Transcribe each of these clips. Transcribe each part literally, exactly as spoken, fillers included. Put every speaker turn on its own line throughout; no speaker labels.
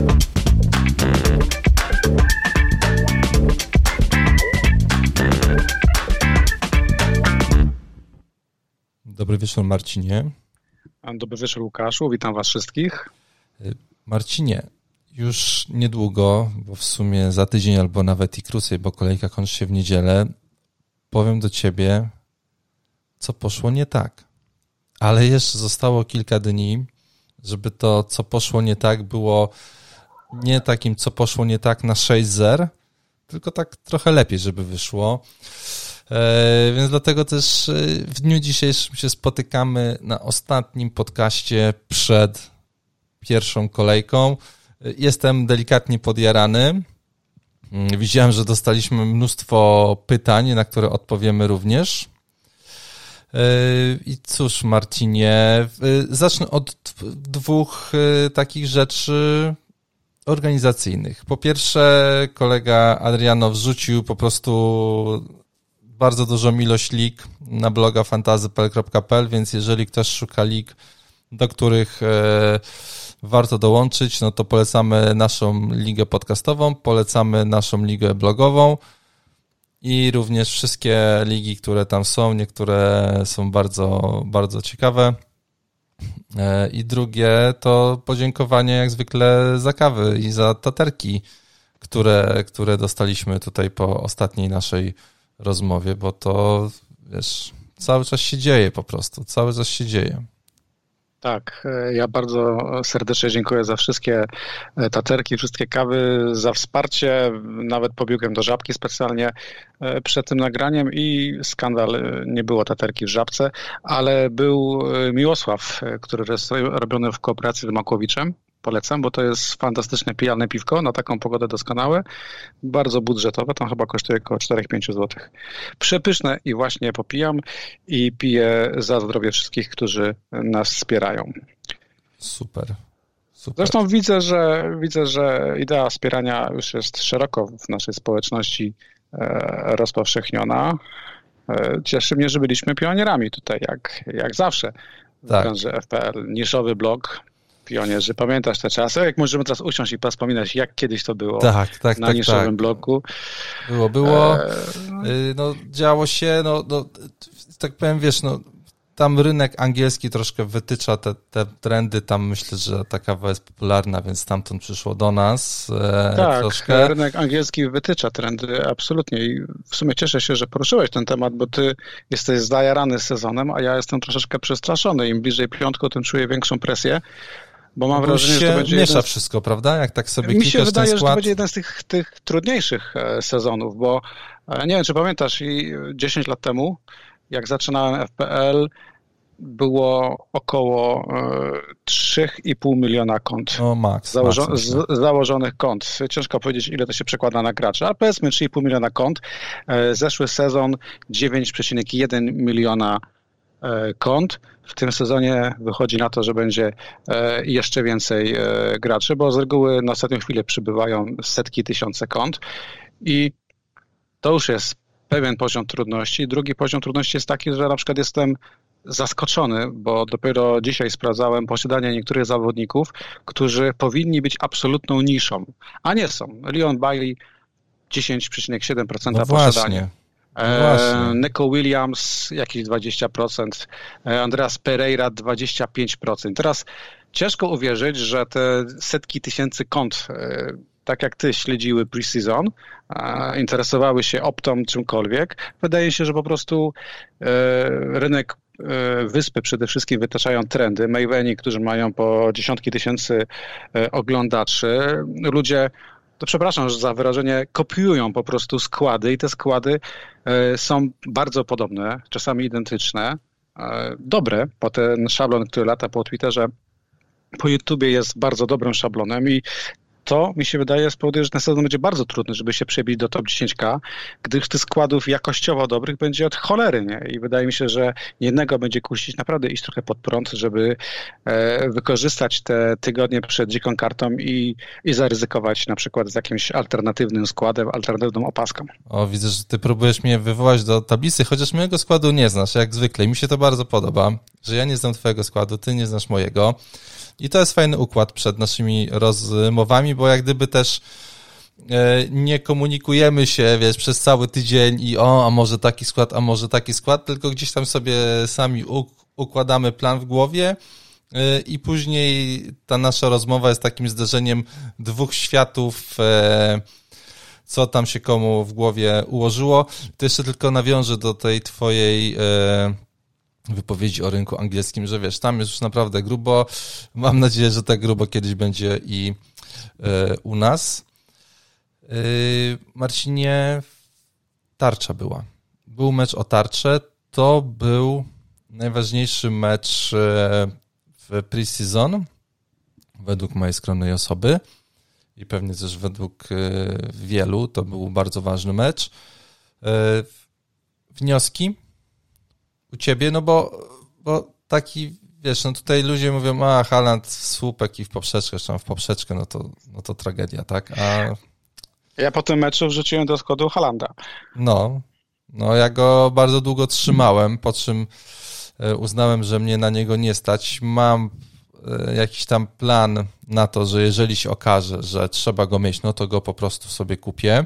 Dobry wieczór, Marcinie.
Dobry wieczór, Łukaszu. Witam was wszystkich.
Marcinie, już niedługo, bo w sumie za tydzień albo nawet i krócej, bo kolejka kończy się w niedzielę, powiem do ciebie, co poszło nie tak. Ale jeszcze zostało kilka dni, żeby to, co poszło nie tak, było nie takim, co poszło nie tak na sześć zer, tylko tak trochę lepiej, żeby wyszło. E, więc dlatego też w dniu dzisiejszym się spotykamy na ostatnim podcaście przed pierwszą kolejką. Jestem delikatnie podjarany. Widziałem, że dostaliśmy mnóstwo pytań, na które odpowiemy również. E, I cóż, Marcinie, zacznę od dwóch takich rzeczy organizacyjnych. Po pierwsze, kolega Adriano wrzucił po prostu bardzo dużą ilość lig na bloga fantasy kropka p l kropka p l, więc jeżeli ktoś szuka lig, do których e, warto dołączyć, no to polecamy naszą ligę podcastową, polecamy naszą ligę blogową i również wszystkie ligi, które tam są, niektóre są bardzo, bardzo ciekawe. E, I drugie to podziękowanie jak zwykle za kawy i za taterki, które, które dostaliśmy tutaj po ostatniej naszej rozmowie, bo to, wiesz, cały czas się dzieje po prostu, cały czas się dzieje.
Tak, ja bardzo serdecznie dziękuję za wszystkie taterki, wszystkie kawy, za wsparcie, nawet pobiegłem do Żabki specjalnie przed tym nagraniem i skandal, nie było taterki w Żabce, ale był Miłosław, który jest robiony w kooperacji z Makłowiczem. Polecam, bo to jest fantastyczne pijane piwko, na taką pogodę doskonałe, bardzo budżetowe, tam chyba kosztuje około cztery pięć złotych. Przepyszne i właśnie je popijam i piję za zdrowie wszystkich, którzy nas wspierają.
Super. Super.
Zresztą widzę, że widzę, że idea wspierania już jest szeroko w naszej społeczności e, rozpowszechniona. E, cieszy mnie, że byliśmy pionierami tutaj, jak, jak zawsze w
tak.
branży F P L. Niszowy blog. Pionierzy, pamiętasz te czasy? Jak możemy teraz usiąść i wspominać, jak kiedyś to było
tak, tak,
na
tak,
niszowym
tak.
bloku.
Było, było. E... No, działo się, no, no, tak powiem, wiesz, no, tam rynek angielski troszkę wytycza te, te trendy, tam myślę, że ta kawa jest popularna, więc stamtąd przyszło do nas e,
tak,
troszkę.
Rynek angielski wytycza trendy, absolutnie i w sumie cieszę się, że poruszyłeś ten temat, bo ty jesteś zajarany sezonem, a ja jestem troszeczkę przestraszony. Im bliżej piątku, tym czuję większą presję. Bo mam
bo
wrażenie, że to będzie
miesza
jeden...
wszystko, prawda? Jak tak sobie
Mi się
klikasz
wydaje,
ten skład...
że to będzie jeden z tych, tych trudniejszych sezonów, bo nie wiem, czy pamiętasz, i dziesięć lat temu, jak zaczynałem F P L, było około trzy i pół miliona kont.
O, max,
Założo-
max
z, założonych kont. Ciężko powiedzieć, ile to się przekłada na graczy, ale powiedzmy trzy i pół miliona kont. Zeszły sezon dziewięć przecinek jeden miliona kont. W tym sezonie wychodzi na to, że będzie jeszcze więcej graczy, bo z reguły na ostatnią chwilę przybywają setki, tysiące kont i to już jest pewien poziom trudności. Drugi poziom trudności jest taki, że na przykład jestem zaskoczony, bo dopiero dzisiaj sprawdzałem posiadanie niektórych zawodników, którzy powinni być absolutną niszą, a nie są. Leon Bailey dziesięć przecinek siedem procent
no
posiadania.
No
Nico Williams jakieś dwadzieścia procent, Andreas Pereira dwadzieścia pięć procent. Teraz ciężko uwierzyć, że te setki tysięcy kont, tak jak ty, śledziły pre-season, interesowały się optą czymkolwiek. Wydaje się, że po prostu rynek wyspy przede wszystkim wytaczają trendy. Maveni, którzy mają po dziesiątki tysięcy oglądaczy, ludzie, to przepraszam za wyrażenie, kopiują po prostu składy i te składy są bardzo podobne, czasami identyczne, dobre, bo ten szablon, który lata po Twitterze, po YouTubie jest bardzo dobrym szablonem i to mi się wydaje spowoduje, że ten sezon będzie bardzo trudny, żeby się przebić do top dziesięć K, gdyż tych składów jakościowo dobrych będzie od cholery, nie? I wydaje mi się, że jednego będzie kusić naprawdę iść trochę pod prąd, żeby e, wykorzystać te tygodnie przed dziką kartą i, i zaryzykować na przykład z jakimś alternatywnym składem, alternatywną opaską.
O, widzę, że ty próbujesz mnie wywołać do tablicy, chociaż mojego składu nie znasz, jak zwykle. Mi się to bardzo podoba. że ja nie znam twojego składu, ty nie znasz mojego. I to jest fajny układ przed naszymi rozmowami, bo jak gdyby też nie komunikujemy się, wiesz, przez cały tydzień i o, a może taki skład, a może taki skład, tylko gdzieś tam sobie sami układamy plan w głowie i później ta nasza rozmowa jest takim zderzeniem dwóch światów, co tam się komu w głowie ułożyło. To jeszcze tylko nawiążę do tej twojej wypowiedzi o rynku angielskim, że wiesz, tam jest już naprawdę grubo. Mam nadzieję, że tak grubo kiedyś będzie i u nas. Marcinie, tarcza była. Był mecz o tarczę. To był najważniejszy mecz w pre-season według mojej skromnej osoby i pewnie też według wielu. To był bardzo ważny mecz. Wnioski u ciebie? No bo, bo taki, wiesz, no tutaj ludzie mówią, a Haaland w słupek i w poprzeczkę, zresztą w poprzeczkę, no to, no to tragedia, tak? A
ja po tym meczu wrzuciłem do składu Haalanda.
No, no ja go bardzo długo trzymałem, po czym uznałem, że mnie na niego nie stać. Mam jakiś tam plan na to, że jeżeli się okaże, że trzeba go mieć, no to go po prostu sobie kupię,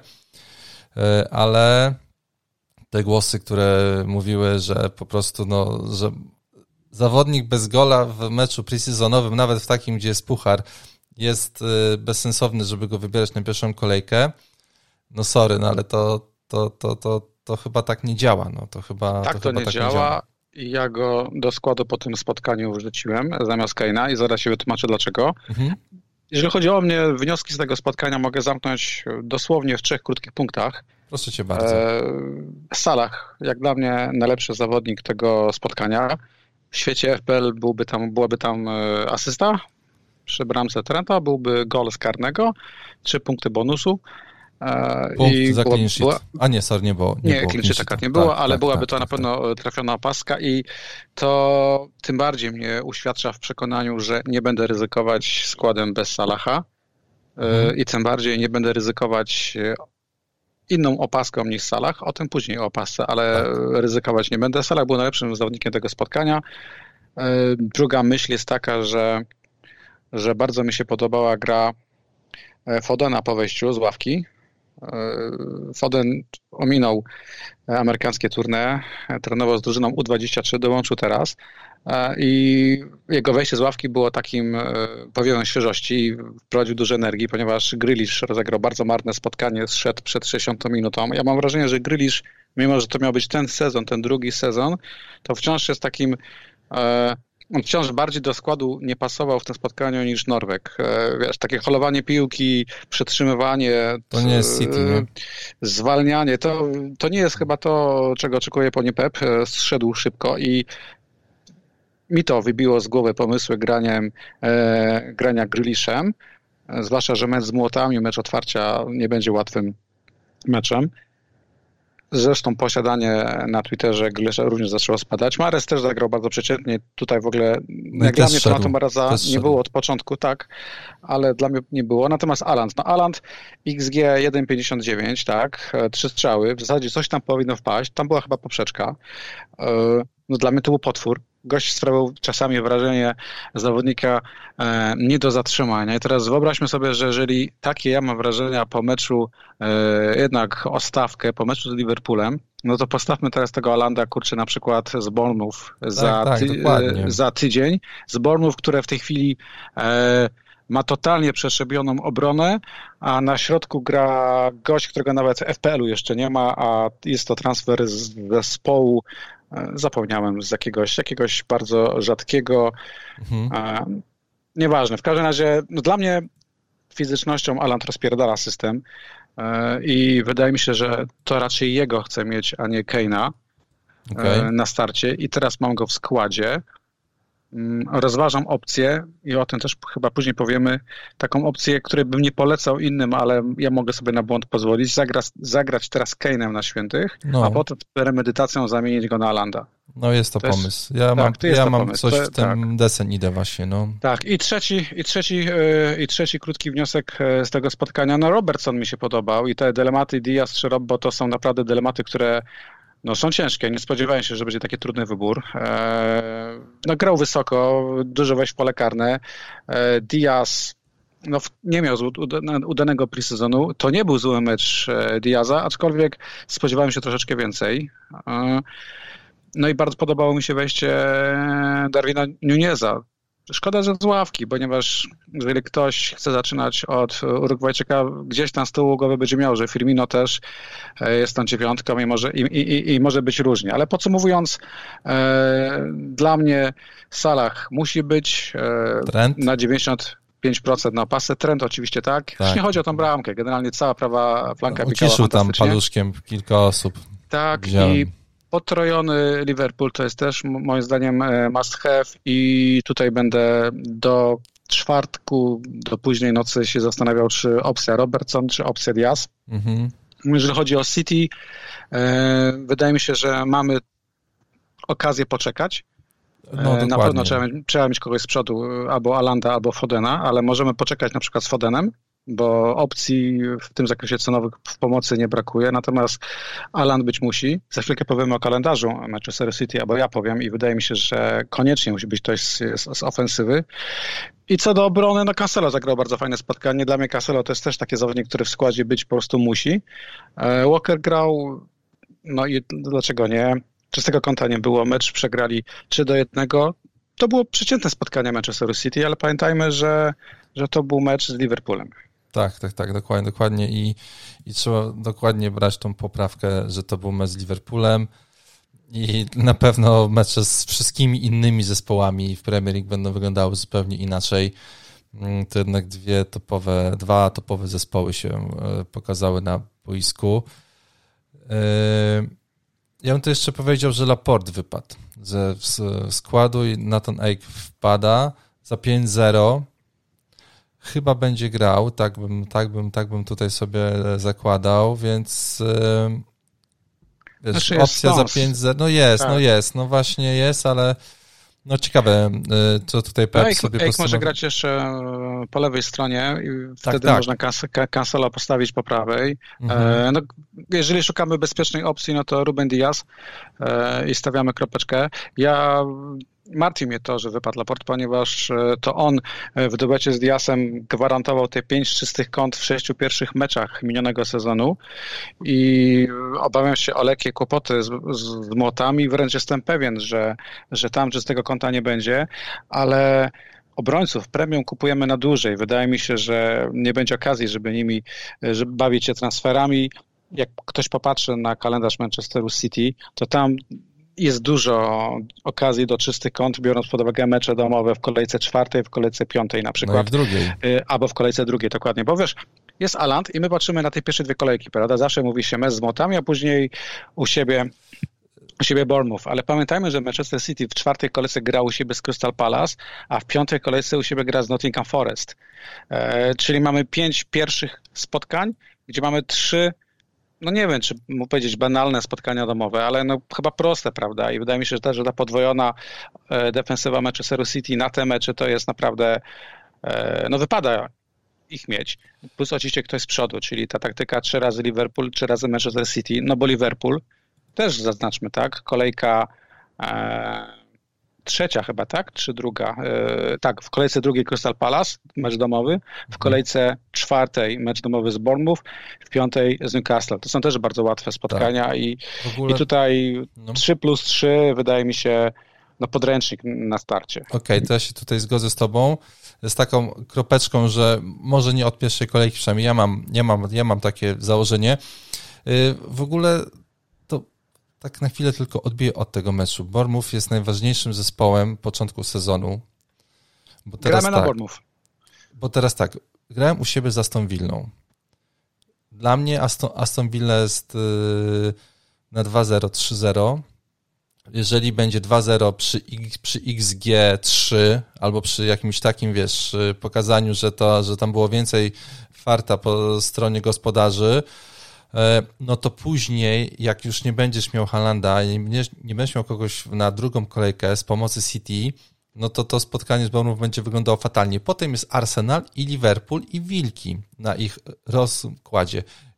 ale te głosy, które mówiły, że po prostu, no, że zawodnik bez gola w meczu pre-seasonowym, nawet w takim, gdzie jest puchar, jest bezsensowny, żeby go wybierać na pierwszą kolejkę. No sorry, no ale to, to, to, to, to chyba tak nie działa. No, to chyba,
tak
to,
to
chyba
nie,
tak
działa.
nie działa.
I ja go do składu po tym spotkaniu wrzuciłem zamiast Kane'a i zaraz się wytłumaczę dlaczego. Mhm. Jeżeli chodzi o mnie, wnioski z tego spotkania mogę zamknąć dosłownie w trzech krótkich punktach.
Proszę cię bardzo.
Salah, jak dla mnie najlepszy zawodnik tego spotkania. W świecie F P L byłby tam, byłaby tam asysta przy bramce Trenta, byłby gol z karnego, trzy punkty bonusu.
Punkt I za clean sheet. Była... A nie, sorry, nie było.
Nie, nie clean sheet akurat nie było, tak, ale tak, byłaby tak, to tak, na pewno tak. trafiona opaska i to tym bardziej mnie uświadcza w przekonaniu, że nie będę ryzykować składem bez Salaha hmm. i tym bardziej nie będę ryzykować inną opaską niż Salah, o tym później o opasce, ale tak. ryzykować nie będę. Salah był najlepszym zawodnikiem tego spotkania. Druga myśl jest taka, że, że bardzo mi się podobała gra Fodena po wejściu z ławki. Foden ominął amerykańskie tournée, trenował z drużyną U dwadzieścia trzy, dołączył teraz i jego wejście z ławki było takim powiewem świeżości i wprowadził dużo energii, ponieważ Grealish rozegrał bardzo marne spotkanie, zszedł przed sześćdziesiątą minutą. Ja mam wrażenie, że Grealish, mimo że to miał być ten sezon, ten drugi sezon, to wciąż jest takim on wciąż bardziej do składu nie pasował w tym spotkaniu niż Norweg. Wiesz, takie holowanie piłki, przetrzymywanie,
to nie jest City, nie?
zwalnianie, to, to nie jest chyba to, czego oczekuje po nie Pep. Zszedł szybko i mi to wybiło z głowy pomysły graniem, e, grania Grealishem, zwłaszcza, że mecz z młotami, mecz otwarcia nie będzie łatwym meczem. Zresztą posiadanie na Twitterze Grealisha również zaczęło spadać. Mahrez też zagrał bardzo przeciętnie. Tutaj w ogóle, no jak dla mnie to na to Mahreza nie było od początku, tak, ale dla mnie nie było. Natomiast Haaland, no Haaland X G jeden przecinek pięćdziesiąt dziewięć, tak, trzy strzały, w zasadzie coś tam powinno wpaść, tam była chyba poprzeczka. No dla mnie to był potwór. Gość sprawiał czasami wrażenie zawodnika e, nie do zatrzymania. I teraz wyobraźmy sobie, że jeżeli takie ja mam wrażenia po meczu, e, jednak o stawkę, po meczu z Liverpoolem, no to postawmy teraz tego Halanda, kurczę, na przykład z Bournemouth za,
tak,
ty,
tak,
e, za tydzień. Z Bournemouth, które w tej chwili e, ma totalnie przeszczepioną obronę, a na środku gra gość, którego nawet w F P L-u jeszcze nie ma, a jest to transfer z zespołu, zapomniałem, z jakiegoś, jakiegoś bardzo rzadkiego. Mhm. A, nieważne. W każdym razie no, dla mnie fizycznością Haaland rozpierdala system e, i wydaje mi się, że to raczej jego chce mieć, a nie Kane'a okay. e, na starcie i teraz mam go w składzie. Rozważam opcję i o tym też chyba później powiemy, taką opcję, której bym nie polecał innym, ale ja mogę sobie na błąd pozwolić, Zagra, zagrać teraz Kane'em na świętych, no. a potem premedytacją zamienić go na Haalanda.
No jest to, to pomysł. Ja tak, mam, ja mam coś to, w tym tak. desen idę właśnie. No.
Tak, i trzeci, i, trzeci, yy, i trzeci krótki wniosek z tego spotkania, no Robertson mi się podobał i te dylematy Diaz czy Robbo to są naprawdę dylematy, które No są ciężkie, nie spodziewałem się, że będzie taki trudny wybór. No grał wysoko, dużo wejść w pole karne. Diaz no, nie miał udanego pre-sezonu. To nie był zły mecz Diaza, aczkolwiek spodziewałem się troszeczkę więcej. No i bardzo podobało mi się wejście Darwina Nuneza. Szkoda, że z ławki, ponieważ jeżeli ktoś chce zaczynać od Urugwajczyka, gdzieś tam z tyłu głowy będzie miał, że Firmino też jest tą dziewiątką i może, i, i, i może być różnie. Ale podsumowując, e, dla mnie Salah musi być e, na dziewięćdziesiąt pięć procent na pasę. Trend oczywiście tak. tak. Już nie chodzi o tą bramkę. Generalnie cała prawa flanka no, pikała
uciszył tam paluszkiem kilka osób.
Tak Widziałem. I potrojony Liverpool to jest też moim zdaniem must have i tutaj będę do czwartku, do późnej nocy się zastanawiał, czy opcja Robertson, czy opcja Diaz. Mhm. Jeżeli chodzi o City, e, wydaje mi się, że mamy okazję poczekać. No, na pewno trzeba, trzeba mieć kogoś z przodu, albo Alanda, albo Fodena, ale możemy poczekać na przykład z Fodenem, bo opcji w tym zakresie cenowych w pomocy nie brakuje, natomiast Alan być musi. Za chwilkę powiemy o kalendarzu Manchester City, albo ja powiem i wydaje mi się, że koniecznie musi być ktoś z, z, z ofensywy. I co do obrony, no Cancelo zagrał bardzo fajne spotkanie. Dla mnie Cancelo to jest też taki zawodnik, który w składzie być po prostu musi. Walker grał, no i dlaczego nie? Czystego kąta nie było, mecz przegrali trzy do jednego. To było przeciętne spotkanie Manchesteru City, ale pamiętajmy, że, że to był mecz z Liverpoolem.
Tak, tak, tak, dokładnie, dokładnie i, i trzeba dokładnie brać tą poprawkę, że to był mecz z Liverpoolem i na pewno mecze z wszystkimi innymi zespołami w Premier League będą wyglądały zupełnie inaczej. To jednak dwie topowe, dwa topowe zespoły się pokazały na boisku. Ja bym to jeszcze powiedział, że Laporte wypadł ze składu i Nathan Ake wpada za pięć zero. Chyba będzie grał, tak bym, tak bym, tak bym tutaj sobie zakładał, więc wiesz, znaczy opcja za pięć zero, no jest, tak. no jest, no właśnie jest, ale no ciekawe, co tutaj Pep no, sobie
postanowił. Może grać jeszcze po lewej stronie i tak, wtedy tak. można Cancela postawić po prawej. Mhm. No, jeżeli szukamy bezpiecznej opcji, no to Ruben Diaz i stawiamy kropeczkę. Ja martwi mnie to, że wypadł Laporte, ponieważ to on w duecie z Diazem gwarantował te pięć czystych kąt w sześciu pierwszych meczach minionego sezonu i obawiam się o lekkie kłopoty z, z młotami. Wręcz jestem pewien, że, że tam czystego kąta nie będzie, ale obrońców premium kupujemy na dłużej. Wydaje mi się, że nie będzie okazji, żeby nimi żeby bawić się transferami. Jak ktoś popatrzy na kalendarz Manchesteru City, to tam jest dużo okazji do czystych kąt, biorąc pod uwagę mecze domowe w kolejce czwartej, w kolejce piątej na przykład.
No i w drugiej.
Albo w kolejce drugiej, dokładnie. Bo wiesz, jest Aland i my patrzymy na te pierwsze dwie kolejki, prawda? Zawsze mówi się mecz z młotami, a później u siebie u siebie Bournemouth, ale pamiętajmy, że Manchester City w czwartej kolejce gra u siebie z Crystal Palace, a w piątej kolejce u siebie gra z Nottingham Forest. E, czyli mamy pięć pierwszych spotkań, gdzie mamy trzy no nie wiem, czy mógł powiedzieć banalne spotkania domowe, ale no chyba proste, prawda? I wydaje mi się, że ta, że ta podwojona e, defensywa Manchesteru City na te mecze to jest naprawdę, e, no wypada ich mieć. Plus oczywiście ktoś z przodu, czyli ta taktyka trzy razy Liverpool, trzy razy Manchester City, no bo Liverpool też zaznaczmy, tak? Kolejka e, trzecia chyba, tak? Czy druga? E, tak, w kolejce drugiej Crystal Palace, mecz domowy, w kolejce czwartej mecz domowy z Bournemouth, w piątej z Newcastle. To są też bardzo łatwe spotkania tak. i, ogóle... i tutaj no. trzy plus trzy wydaje mi się no podręcznik na starcie.
Okej, okay, to ja się tutaj zgodzę z tobą. Z taką kropeczką, że może nie od pierwszej kolejki, przynajmniej ja mam, ja mam, ja mam takie założenie. W ogóle tak na chwilę tylko odbiję od tego meczu. Bournemouth jest najważniejszym zespołem początku sezonu.
Bo teraz Gramy tak, na Bournemouth.
Bo teraz tak, grałem u siebie z Aston Villą. Dla mnie Aston, Aston Villa jest yy, na dwa zero, trzy zero. Jeżeli będzie dwa zero przy, przy X G trzy albo przy jakimś takim, wiesz, pokazaniu, że, to, że tam było więcej farta po stronie gospodarzy, no to później, jak już nie będziesz miał Haalanda, nie będziesz, nie będziesz miał kogoś na drugą kolejkę z pomocy City, no to to spotkanie z Bournemouth będzie wyglądało fatalnie. Potem jest Arsenal i Liverpool i Wilki na ich rozkładzie.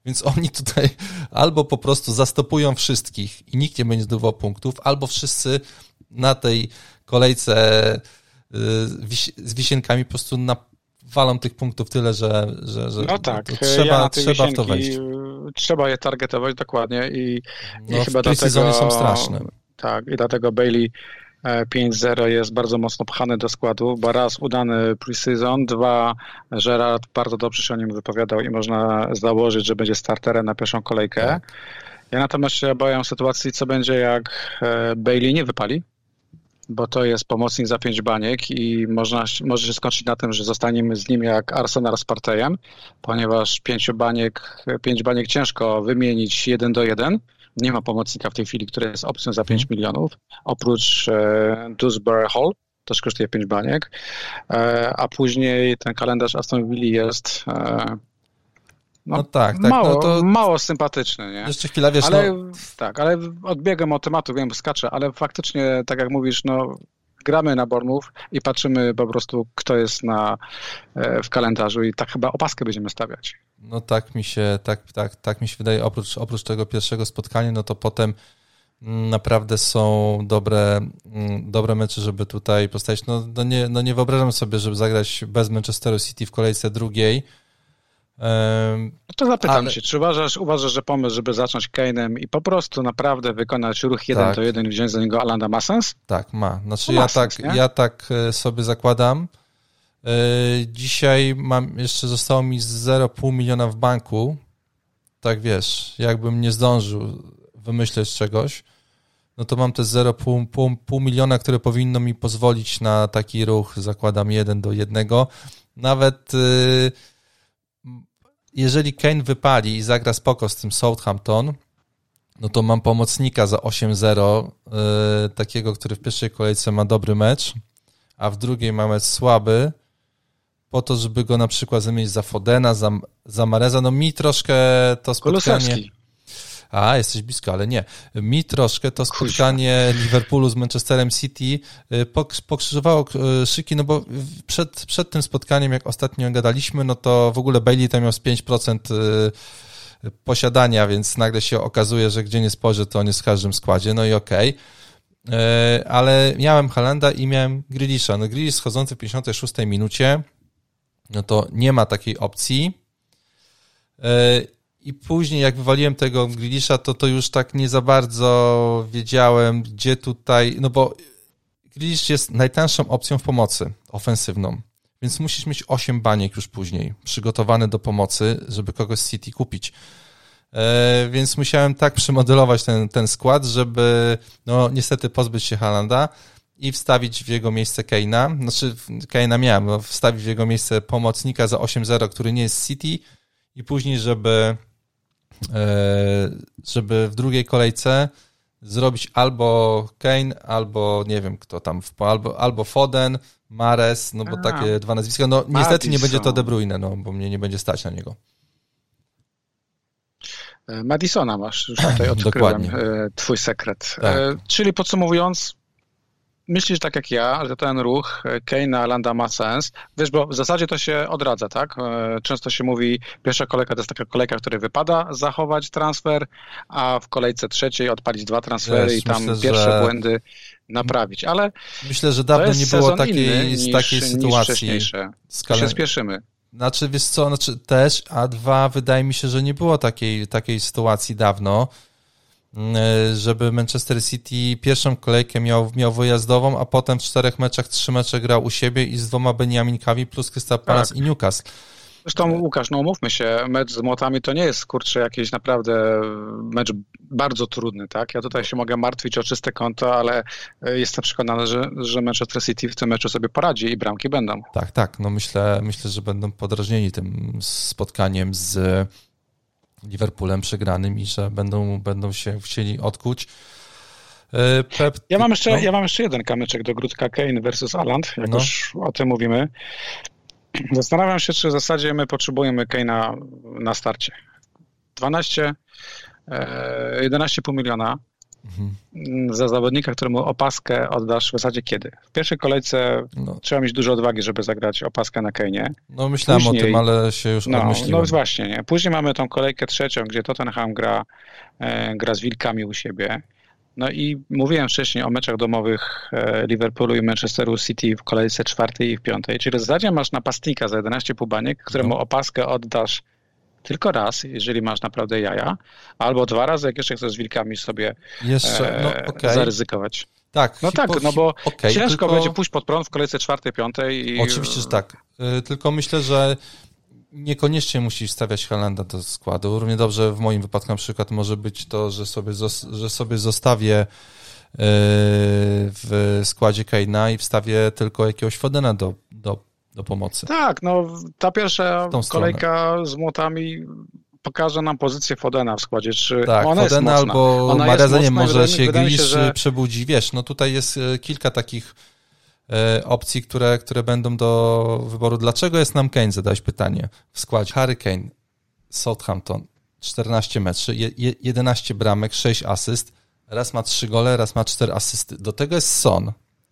Więc oni tutaj albo po prostu zastopują wszystkich i nikt nie będzie zdobywał punktów, albo wszyscy na tej kolejce z wisinkami po prostu nawalą tych punktów tyle, że, że, że
no tak,
trzeba,
ja
trzeba w to wejść.
Trzeba je targetować dokładnie i,
no,
i chyba
w tej
dlatego
sezonie są straszne.
Tak, i dlatego Bailey pięć zero jest bardzo mocno pchany do składu, bo raz udany pre-season, dwa Gerard bardzo dobrze się o nim wypowiadał i można założyć, że będzie starterem na pierwszą kolejkę. Tak. Ja natomiast się obawiam sytuacji, co będzie jak Bailey nie wypali, bo to jest pomocnik za pięć baniek i można, może się skończyć na tym, że zostaniemy z nim jak Arsenal z Partejem, ponieważ pięciu baniek, pięć baniek ciężko wymienić jeden do jeden. Nie ma pomocnika w tej chwili, który jest opcją za pięć milionów, oprócz e, Dewsbury Hall, też kosztuje pięć baniek, e, a później ten kalendarz Aston Villa jest e, no,
no tak, tak,
mało,
no to
mało sympatyczny. Nie?
Jeszcze chwila, wiesz,
ale,
no...
Tak, ale odbiegam od tematu, wiem, skaczę, ale faktycznie, tak jak mówisz, no gramy na Bournemouth i patrzymy po prostu, kto jest na, w kalendarzu i tak chyba opaskę będziemy stawiać.
No tak mi się, tak, tak, tak mi się wydaje, oprócz, oprócz tego pierwszego spotkania, no to potem naprawdę są dobre, dobre mecze, żeby tutaj postawić. No, no, nie, no nie wyobrażam sobie, żeby zagrać bez Manchesteru City w kolejce drugiej.
No to zapytam
ale...
się, czy uważasz, uważasz, że pomysł, żeby zacząć Kane'em i po prostu naprawdę wykonać ruch jeden
tak.
do jeden i wziąć za niego Alanda ma sens?
Tak, ma. Znaczy
ma
ja,
sens,
tak,
nie?
ja tak sobie zakładam. Dzisiaj mam, jeszcze zostało mi zero przecinek pięć miliona w banku. Tak wiesz, jakbym nie zdążył wymyśleć czegoś, no to mam te zero przecinek pięć miliona, które powinno mi pozwolić na taki ruch, zakładam jeden do jednego. Nawet jeżeli Kane wypali i zagra spoko z tym Southampton, no to mam pomocnika za osiem zero, yy, takiego, który w pierwszej kolejce ma dobry mecz, a w drugiej ma mecz słaby, po to, żeby go na przykład zamienić za Fodena, za, za Mareza. No mi troszkę to spotkanie...
Kulusewski.
A, jesteś blisko, ale nie. Mi troszkę to spotkanie Liverpoolu z Manchesterem City pokrzyżowało szyki, no bo przed, przed tym spotkaniem, jak ostatnio gadaliśmy, no to w ogóle Bailey tam miał z pięć procent posiadania, więc nagle się okazuje, że gdzie nie spojrzę, to on jest w każdym składzie, no i okej. Okay. Ale miałem Haalanda i miałem Grealisha. No Grealish schodzący w pięćdziesiątej szóstej minucie, no to nie ma takiej opcji. I później jak wywaliłem tego Grealisha, to to już tak nie za bardzo wiedziałem, gdzie tutaj, no bo Grealish jest najtańszą opcją w pomocy ofensywną, więc musisz mieć osiem baniek już później przygotowane do pomocy, żeby kogoś z City kupić. E, więc musiałem tak przemodelować ten, ten skład, żeby no niestety pozbyć się Haalanda i wstawić w jego miejsce Kane'a. Znaczy Kane'a miałem, no, wstawić w jego miejsce pomocnika za osiem zero, który nie jest City i później, żeby żeby w drugiej kolejce zrobić albo Kane, albo nie wiem kto tam, albo, albo Foden, Mahrez, no bo A, takie dwa nazwiska. No niestety Madison. Nie będzie to De Bruyne, no bo mnie nie będzie stać na niego.
Madisona masz, już tutaj odkryłem twój sekret. Tak. Czyli podsumowując, myślisz tak jak ja, że ten ruch Kane'a, Haalanda ma sens? Wiesz, bo w zasadzie to się odradza, tak? Często się mówi, pierwsza kolejka to jest taka kolejka, w której wypada zachować transfer, a w kolejce trzeciej odpalić dwa transfery Wiesz, i tam myślę, pierwsze że... błędy naprawić, ale
myślę, że dawno nie było takiej,
niż,
takiej sytuacji.
wcześniejsze. Skale... się spieszymy.
Znaczy, wiesz co, znaczy też, a dwa, wydaje mi się, że nie było takiej, takiej sytuacji dawno, żeby Manchester City pierwszą kolejkę miał, miał wyjazdową, a potem w czterech meczach trzy mecze grał u siebie i z dwoma Beniaminkami plus Crystal Palace tak. i Newcastle.
Zresztą Łukasz, no umówmy się, mecz z Młotami to nie jest, kurczę, jakiś naprawdę mecz bardzo trudny, tak? Ja tutaj się mogę martwić o czyste konto, ale jestem przekonany, że, że Manchester City w tym meczu sobie poradzi i bramki będą.
Tak, tak, no myślę, myślę, że będą podrażnieni tym spotkaniem z Liverpoolem przegranym i że będą, będą się chcieli odkuć. Pep,
ja, mam jeszcze,
no.
ja mam jeszcze jeden kamyczek do grudka, Kane versus Haaland, jak no. już o tym mówimy. Zastanawiam się, czy w zasadzie my potrzebujemy Kane'a na starcie. dwanaście, jedenaście i pół miliona. mhm. za zawodnika, któremu opaskę oddasz w zasadzie kiedy? W pierwszej kolejce no. trzeba mieć dużo odwagi, żeby zagrać opaskę na Kane'ie.
No myślałem Później, o tym, ale się już
no,
odmyśliłem.
No właśnie, nie. Później mamy tą kolejkę trzecią, gdzie Tottenham gra, e, gra z Wilkami u siebie. No i mówiłem wcześniej o meczach domowych Liverpoolu i Manchesteru City w kolejce czwartej i w piątej. Czyli w zasadzie masz napastnika za jedenaście półbaniek, któremu no. opaskę oddasz tylko raz, jeżeli masz naprawdę jaja, albo dwa razy, jak jeszcze chcesz z Wilkami sobie jeszcze, no, okay. zaryzykować.
Tak.
No hipo, tak, no bo okay, ciężko
tylko...
będzie pójść pod prąd w kolejce czwartej, piątej. I...
Oczywiście, że tak. Tylko myślę, że niekoniecznie musisz stawiać Haalanda do składu. Równie dobrze w moim wypadku na przykład może być to, że sobie, że sobie zostawię w składzie Kane'a i wstawię tylko jakiegoś Fodena do, do, do pomocy.
Tak, no ta pierwsza kolejka z młotami pokaże nam pozycję Fodena w składzie. Czy
tak,
ona
Fodena
jest
albo Marezenie może się Grealish
że...
przebudzi. Wiesz, no tutaj jest kilka takich opcji, które, które będą do wyboru. Dlaczego jest nam Kane? Zadałeś pytanie. W składzie Harry Kane, Southampton, czternaście meczy, jedenaście bramek, sześć asyst, raz ma trzy gole, raz ma cztery asysty. Do tego jest Son.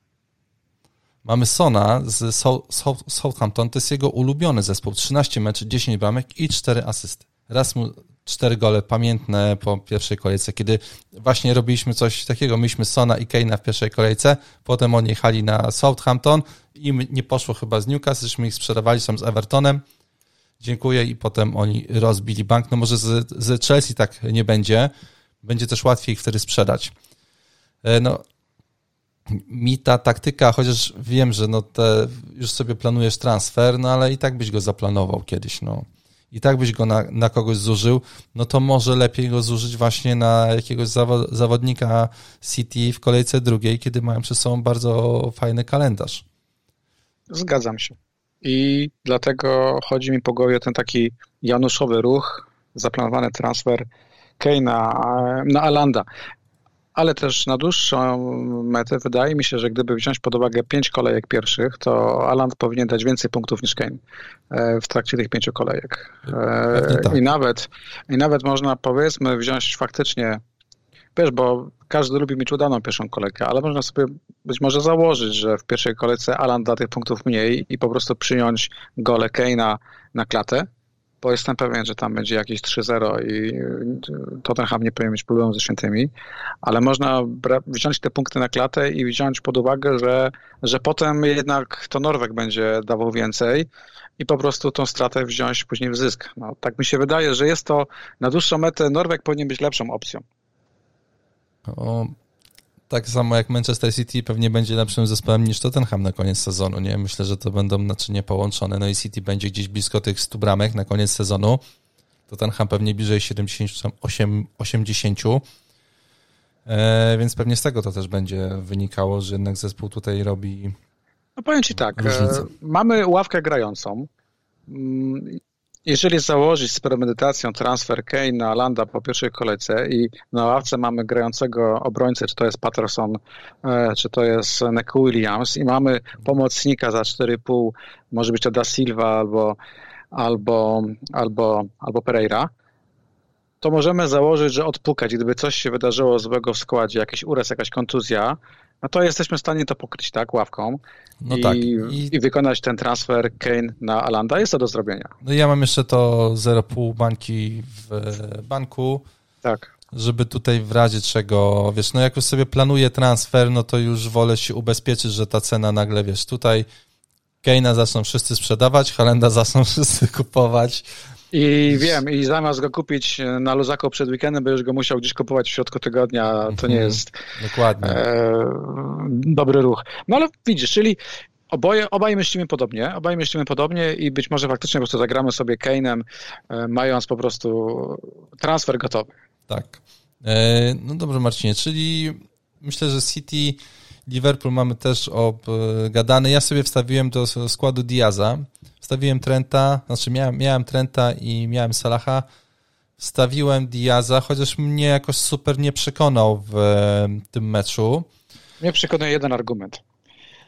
Mamy Sona z Southampton, to jest jego ulubiony zespół. trzynaście meczy, dziesięć bramek i cztery asysty. Raz mu cztery gole pamiętne po pierwszej kolejce, kiedy właśnie robiliśmy coś takiego. Mieliśmy Sona i Kane'a w pierwszej kolejce, potem oni jechali na Southampton i nie poszło chyba z Newcastle, żeśmy ich sprzedawali sam z Evertonem. Dziękuję i potem oni rozbili bank. No może z, z Chelsea tak nie będzie. Będzie też łatwiej ich wtedy sprzedać. No, mi ta taktyka, chociaż wiem, że no te, już sobie planujesz transfer, no ale i tak byś go zaplanował kiedyś, no. I tak byś go na, na kogoś zużył, no to może lepiej go zużyć właśnie na jakiegoś zawo- zawodnika City w kolejce drugiej, kiedy mają przed sobą bardzo fajny kalendarz.
Zgadzam się. I dlatego chodzi mi po głowie ten taki januszowy ruch, zaplanowany transfer Kane'a na, na Haalanda. Ale też na dłuższą metę wydaje mi się, że gdyby wziąć pod uwagę pięć kolejek pierwszych, to Haaland powinien dać więcej punktów niż Kane w trakcie tych pięciu kolejek. Tak. I nawet, i nawet można, powiedzmy, wziąć faktycznie, wiesz, bo każdy lubi mieć udaną pierwszą kolejkę, ale można sobie być może założyć, że w pierwszej kolejce Haaland da tych punktów mniej i po prostu przyjąć gole Kane'a na klatę, bo jestem pewien, że tam będzie jakieś trzy zero i Tottenham nie powinien mieć problemu ze świętymi, ale można bra- wziąć te punkty na klatę i wziąć pod uwagę, że, że potem jednak to Norweg będzie dawał więcej i po prostu tą stratę wziąć później w zysk. No, tak mi się wydaje, że jest to na dłuższą metę Norweg powinien być lepszą opcją.
O, tak samo jak Manchester City pewnie będzie lepszym zespołem niż Tottenham na koniec sezonu, nie? Myślę, że to będą naczynia połączone, no i City będzie gdzieś blisko tych stu bramek na koniec sezonu. Tottenham pewnie bliżej siedemdziesiąt, osiemdziesiąt, e, więc pewnie z tego to też będzie wynikało, że jednak zespół tutaj robi
No powiem Ci tak,
różnicę.
E, mamy ławkę grającą. Jeżeli założyć z premedytacją transfer Kane na Haalanda po pierwszej kolejce i na ławce mamy grającego obrońcę, czy to jest Patterson, czy to jest Neco Williams i mamy pomocnika za cztery i pół, może być to Da Silva albo, albo, albo, albo Pereira, to możemy założyć, że odpukać. Gdyby coś się wydarzyło złego w składzie, jakiś uraz, jakaś kontuzja, no to jesteśmy w stanie to pokryć, tak, ławką no i, tak. I... i wykonać ten transfer Kane na Haalanda. Jest to do zrobienia.
No i ja mam jeszcze to zero przecinek pięć bańki w banku,
tak.
żeby tutaj w razie czego, wiesz, no jak już sobie planuję transfer, no to już wolę się ubezpieczyć, że ta cena nagle, wiesz, tutaj Kane'a zaczną wszyscy sprzedawać, Haalanda zaczną wszyscy kupować.
I wiem, i zamiast go kupić na luzaku przed weekendem, będziesz go musiał gdzieś kupować w środku tygodnia. To nie jest
Dokładnie.
E, dobry ruch. No ale widzisz, czyli oboje, obaj myślimy podobnie, obaj myślimy podobnie i być może faktycznie po prostu zagramy sobie Kane'em, e, mając po prostu transfer gotowy.
Tak. E, no dobrze, Marcinie, czyli myślę, że City, Liverpool mamy też obgadany. Ja sobie wstawiłem do składu Diaza. Wstawiłem Trenta, znaczy miałem, miałem Trenta i miałem Salaha. Wstawiłem Diaza, chociaż mnie jakoś super nie przekonał w tym meczu.
Mnie przekonuje jeden argument.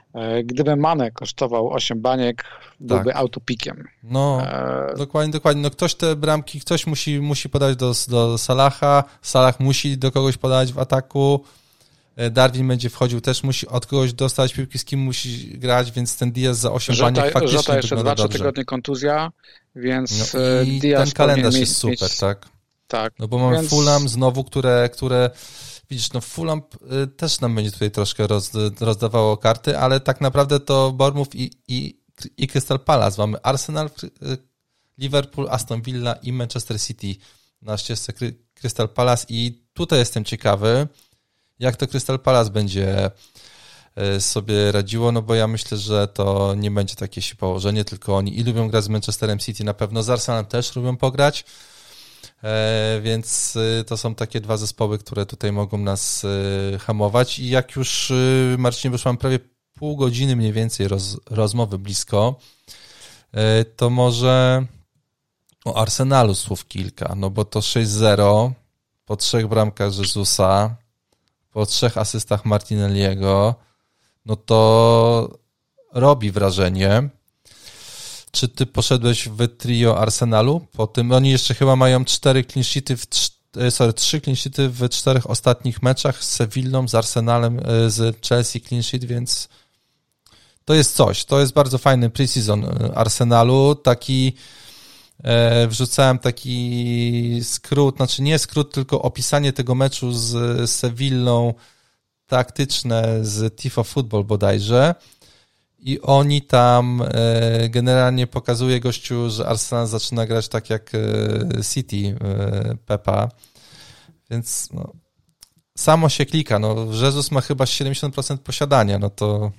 Gdyby Mane kosztował osiem baniek, byłby
tak.
autopikiem.
No, e... dokładnie, dokładnie. No ktoś te bramki, ktoś musi, musi podać do, do Salaha, Salah musi do kogoś podać w ataku, Darwin będzie wchodził, też musi od kogoś dostać piłki, z kim musi grać, więc ten Diaz za osiem
Żota,
baniek faktycznie
Żota jeszcze dwa trzy
dobrze.
tygodnie kontuzja, więc
no i
Diaz
ten kalendarz
mieć,
jest super,
mieć...
tak?
Tak.
No bo mamy
więc...
Fulham znowu, które, które widzisz, no Fulham y, też nam będzie tutaj troszkę roz, rozdawało karty, ale tak naprawdę to Bournemouth i, i, i Crystal Palace. Mamy Arsenal, y, Liverpool, Aston Villa i Manchester City na ścieżce Crystal Palace i tutaj jestem ciekawy, jak to Crystal Palace będzie y, sobie radziło, no bo ja myślę, że to nie będzie takie się położenie, tylko oni i lubią grać z Manchesterem City, na pewno z Arsenalem też lubią pograć. E, więc y, to są takie dwa zespoły, które tutaj mogą nas y, hamować i jak już y, Marcinie, bo już mam prawie pół godziny mniej więcej roz, rozmowy blisko, y, to może o Arsenalu słów kilka, no bo to sześć zero po trzech bramkach Jezusa, po trzech asystach Martinelliego, no to robi wrażenie. Czy ty poszedłeś w trio Arsenalu? Po tym oni jeszcze chyba mają cztery clean sheety w sorry, trzy clean sheety w czterech ostatnich meczach z Sevillą, z Arsenalem, z Chelsea clean sheet, więc to jest coś. To jest bardzo fajny pre-season Arsenalu. Taki e, wrzucałem taki skrót, znaczy nie skrót, tylko opisanie tego meczu z Sevillą taktyczne z Tifo Football bodajże. I oni tam e, generalnie pokazuje gościu, że Arsenal zaczyna grać tak jak e, City e, Pepa, więc no, samo się klika. No, Jesus ma chyba siedemdziesiąt procent posiadania, no to...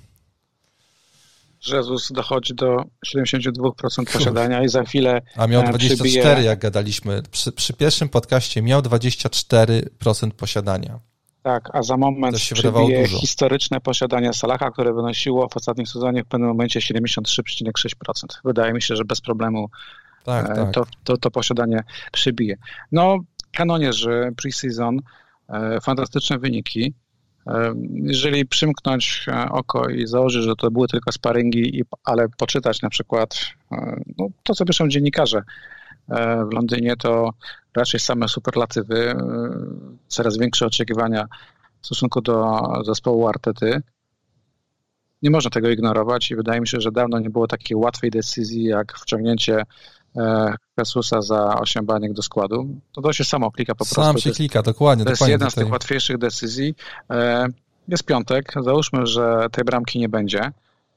Jesus dochodzi do siedemdziesiąt dwa procent posiadania i za chwilę
A miał dwadzieścia cztery
przybije...
jak gadaliśmy. Przy, przy pierwszym podcaście miał dwadzieścia cztery procent posiadania.
Tak, a za moment przybije historyczne posiadanie Salaha, które wynosiło w ostatnim sezonie w pewnym momencie siedemdziesiąt trzy przecinek sześć procent. Wydaje mi się, że bez problemu
tak, tak.
To, to, to posiadanie przybije. No, kanonierzy pre-season, fantastyczne wyniki. Jeżeli przymknąć oko i założyć, że to były tylko sparingi, ale poczytać na przykład no, to, co piszą dziennikarze w Londynie, to raczej same superlatywy, coraz większe oczekiwania w stosunku do zespołu Artety. Nie można tego ignorować i wydaje mi się, że dawno nie było takiej łatwej decyzji jak wciągnięcie Jesusa za osiem baniek do składu. To, to się samo klika po prostu.
Sam się
to jest,
klika, dokładnie.
To jest
dokładnie
jedna
tutaj.
z tych łatwiejszych decyzji. Jest piątek, załóżmy, że tej bramki nie będzie.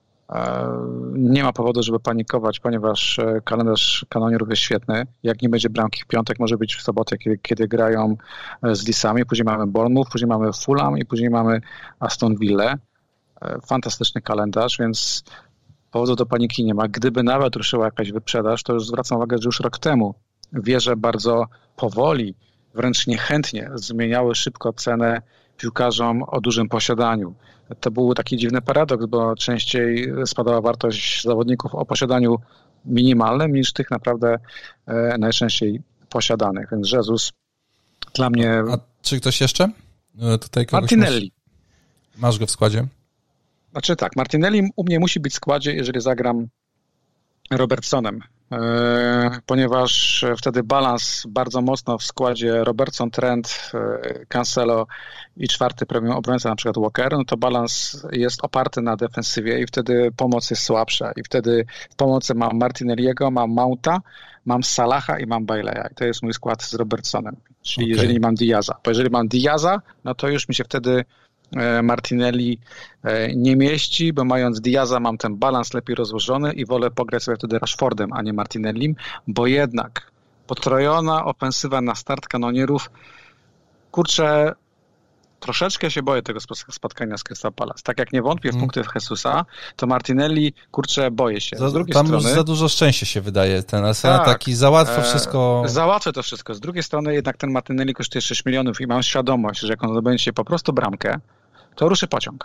Nie ma powodu, żeby panikować, ponieważ kalendarz kanonierów jest świetny. Jak nie będzie bramki w piątek, może być w sobotę, kiedy, kiedy grają z Leedsami. Później mamy Bournemouth, później mamy Fulham i później mamy Aston Villę. Fantastyczny kalendarz, więc powodu do paniki nie ma. Gdyby nawet ruszyła jakaś wyprzedaż, to już zwracam uwagę, że już rok temu wieże bardzo powoli, wręcz niechętnie zmieniały szybko cenę piłkarzom o dużym posiadaniu. To był taki dziwny paradoks, bo częściej spadała wartość zawodników o posiadaniu minimalnym niż tych naprawdę e, najczęściej posiadanych. Więc Jesus dla mnie...
A czy ktoś jeszcze? Tutaj kogoś
Martinelli.
Masz, masz go w składzie?
Znaczy tak, Martinelli u mnie musi być w składzie, jeżeli zagram Robertsonem, e, ponieważ wtedy balans bardzo mocno w składzie Robertson, Trent, e, Cancelo i czwarty premium obrońca, na przykład Walker, no to balans jest oparty na defensywie i wtedy pomoc jest słabsza i wtedy w pomocy mam Martinelliego, mam Mounta, mam Salaha i mam Baileya i to jest mój skład z Robertsonem, czyli okay. Jeżeli mam Diaza, bo jeżeli mam Diaza, no to już mi się wtedy Martinelli nie mieści, bo mając Diaza mam ten balans lepiej rozłożony i wolę pograć sobie wtedy Rashfordem, a nie Martinellim, bo jednak potrojona ofensywa na start kanonierów, kurczę, troszeczkę się boję tego spotkania z Crystal Palace. Tak jak nie wątpię w punkty w Jesusa, to Martinelli, kurczę, boję się.
Za,
z drugiej
tam
strony,
za dużo szczęścia się wydaje. Ten Arsenal
tak,
taki załatwia wszystko.
E, załatwia to wszystko. Z drugiej strony jednak ten Martinelli kosztuje sześć milionów i mam świadomość, że jak on zdobędzie po prostu bramkę, to ruszy pociąg.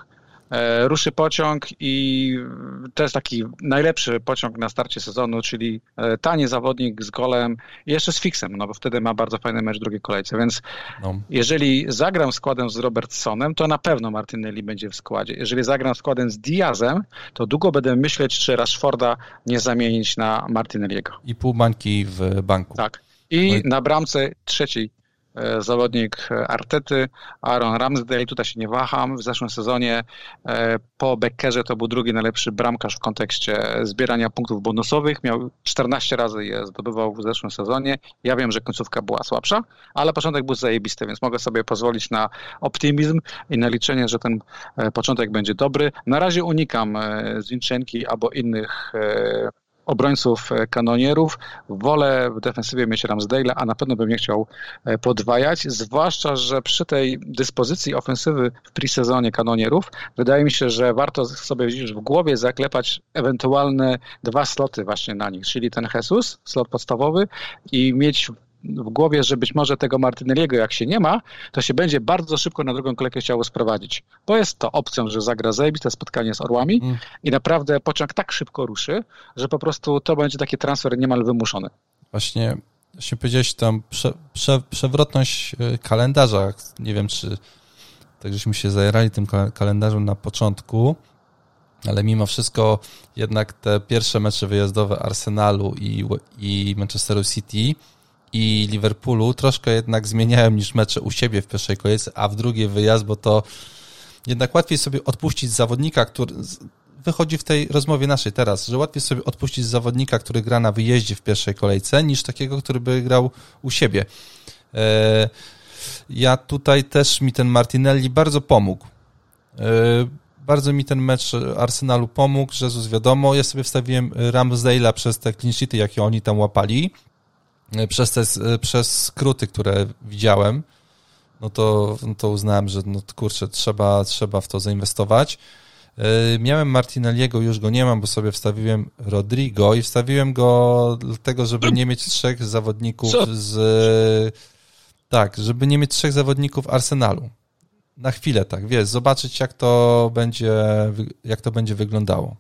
ruszy pociąg i to jest taki najlepszy pociąg na starcie sezonu, czyli tani zawodnik z golem i jeszcze z fiksem, no bo wtedy ma bardzo fajny mecz w drugiej kolejce, więc no. Jeżeli zagram składem z Robertsonem, to na pewno Martinelli będzie w składzie. Jeżeli zagram składem z Diazem, to długo będę myśleć, czy Rashforda nie zamienić na Martinelliego.
I pół bańki w banku.
Tak. I no. na bramce trzeci zawodnik Artety, Aaron Ramsdale, tutaj się nie waham. W zeszłym sezonie po Beckerze to był drugi najlepszy bramkarz w kontekście zbierania punktów bonusowych. Miał czternaście razy je zdobywał w zeszłym sezonie. Ja wiem, że końcówka była słabsza, ale początek był zajebisty, więc mogę sobie pozwolić na optymizm i na liczenie, że ten początek będzie dobry. Na razie unikam Zinchenki albo innych obrońców kanonierów. Wolę w defensywie mieć Ramsdale'a, a na pewno bym nie chciał podwajać, zwłaszcza, że przy tej dyspozycji ofensywy w pre-sezonie kanonierów wydaje mi się, że warto sobie już w głowie zaklepać ewentualne dwa sloty właśnie na nich, czyli ten Jesus, slot podstawowy i mieć w głowie, że być może tego Martinelliego jak się nie ma, to się będzie bardzo szybko na drugą kolejkę chciało sprowadzić. Bo jest to opcją, że zagra zajebiste spotkanie z Orłami mm. i naprawdę pociąg tak szybko ruszy, że po prostu to będzie taki transfer niemal wymuszony.
Właśnie, właśnie powiedziałeś tam prze, prze, przewrotność kalendarza. Nie wiem, czy tak żeśmy się zajerali tym kalendarzem na początku, ale mimo wszystko jednak te pierwsze mecze wyjazdowe Arsenalu i, i Manchesteru City i Liverpoolu troszkę jednak zmieniają niż mecze u siebie w pierwszej kolejce, a w drugiej wyjazd, bo to jednak łatwiej sobie odpuścić zawodnika, który wychodzi w tej rozmowie naszej teraz, że łatwiej sobie odpuścić zawodnika, który gra na wyjeździe w pierwszej kolejce, niż takiego, który by grał u siebie. Ja tutaj też mi ten Martinelli bardzo pomógł. Bardzo mi ten mecz Arsenalu pomógł, Jesus wiadomo, ja sobie wstawiłem Ramsdale'a przez te clean sheety, jakie oni tam łapali, przez te, przez skróty, które widziałem, no to, no to uznałem, że no kurczę, trzeba, trzeba w to zainwestować. Miałem Martinelliego, już go nie mam, bo sobie wstawiłem Rodrigo i wstawiłem go dlatego, żeby nie mieć trzech zawodników Co? z... Tak, żeby nie mieć trzech zawodników Arsenalu. Na chwilę tak, wiesz, zobaczyć jak to będzie, jak to będzie wyglądało.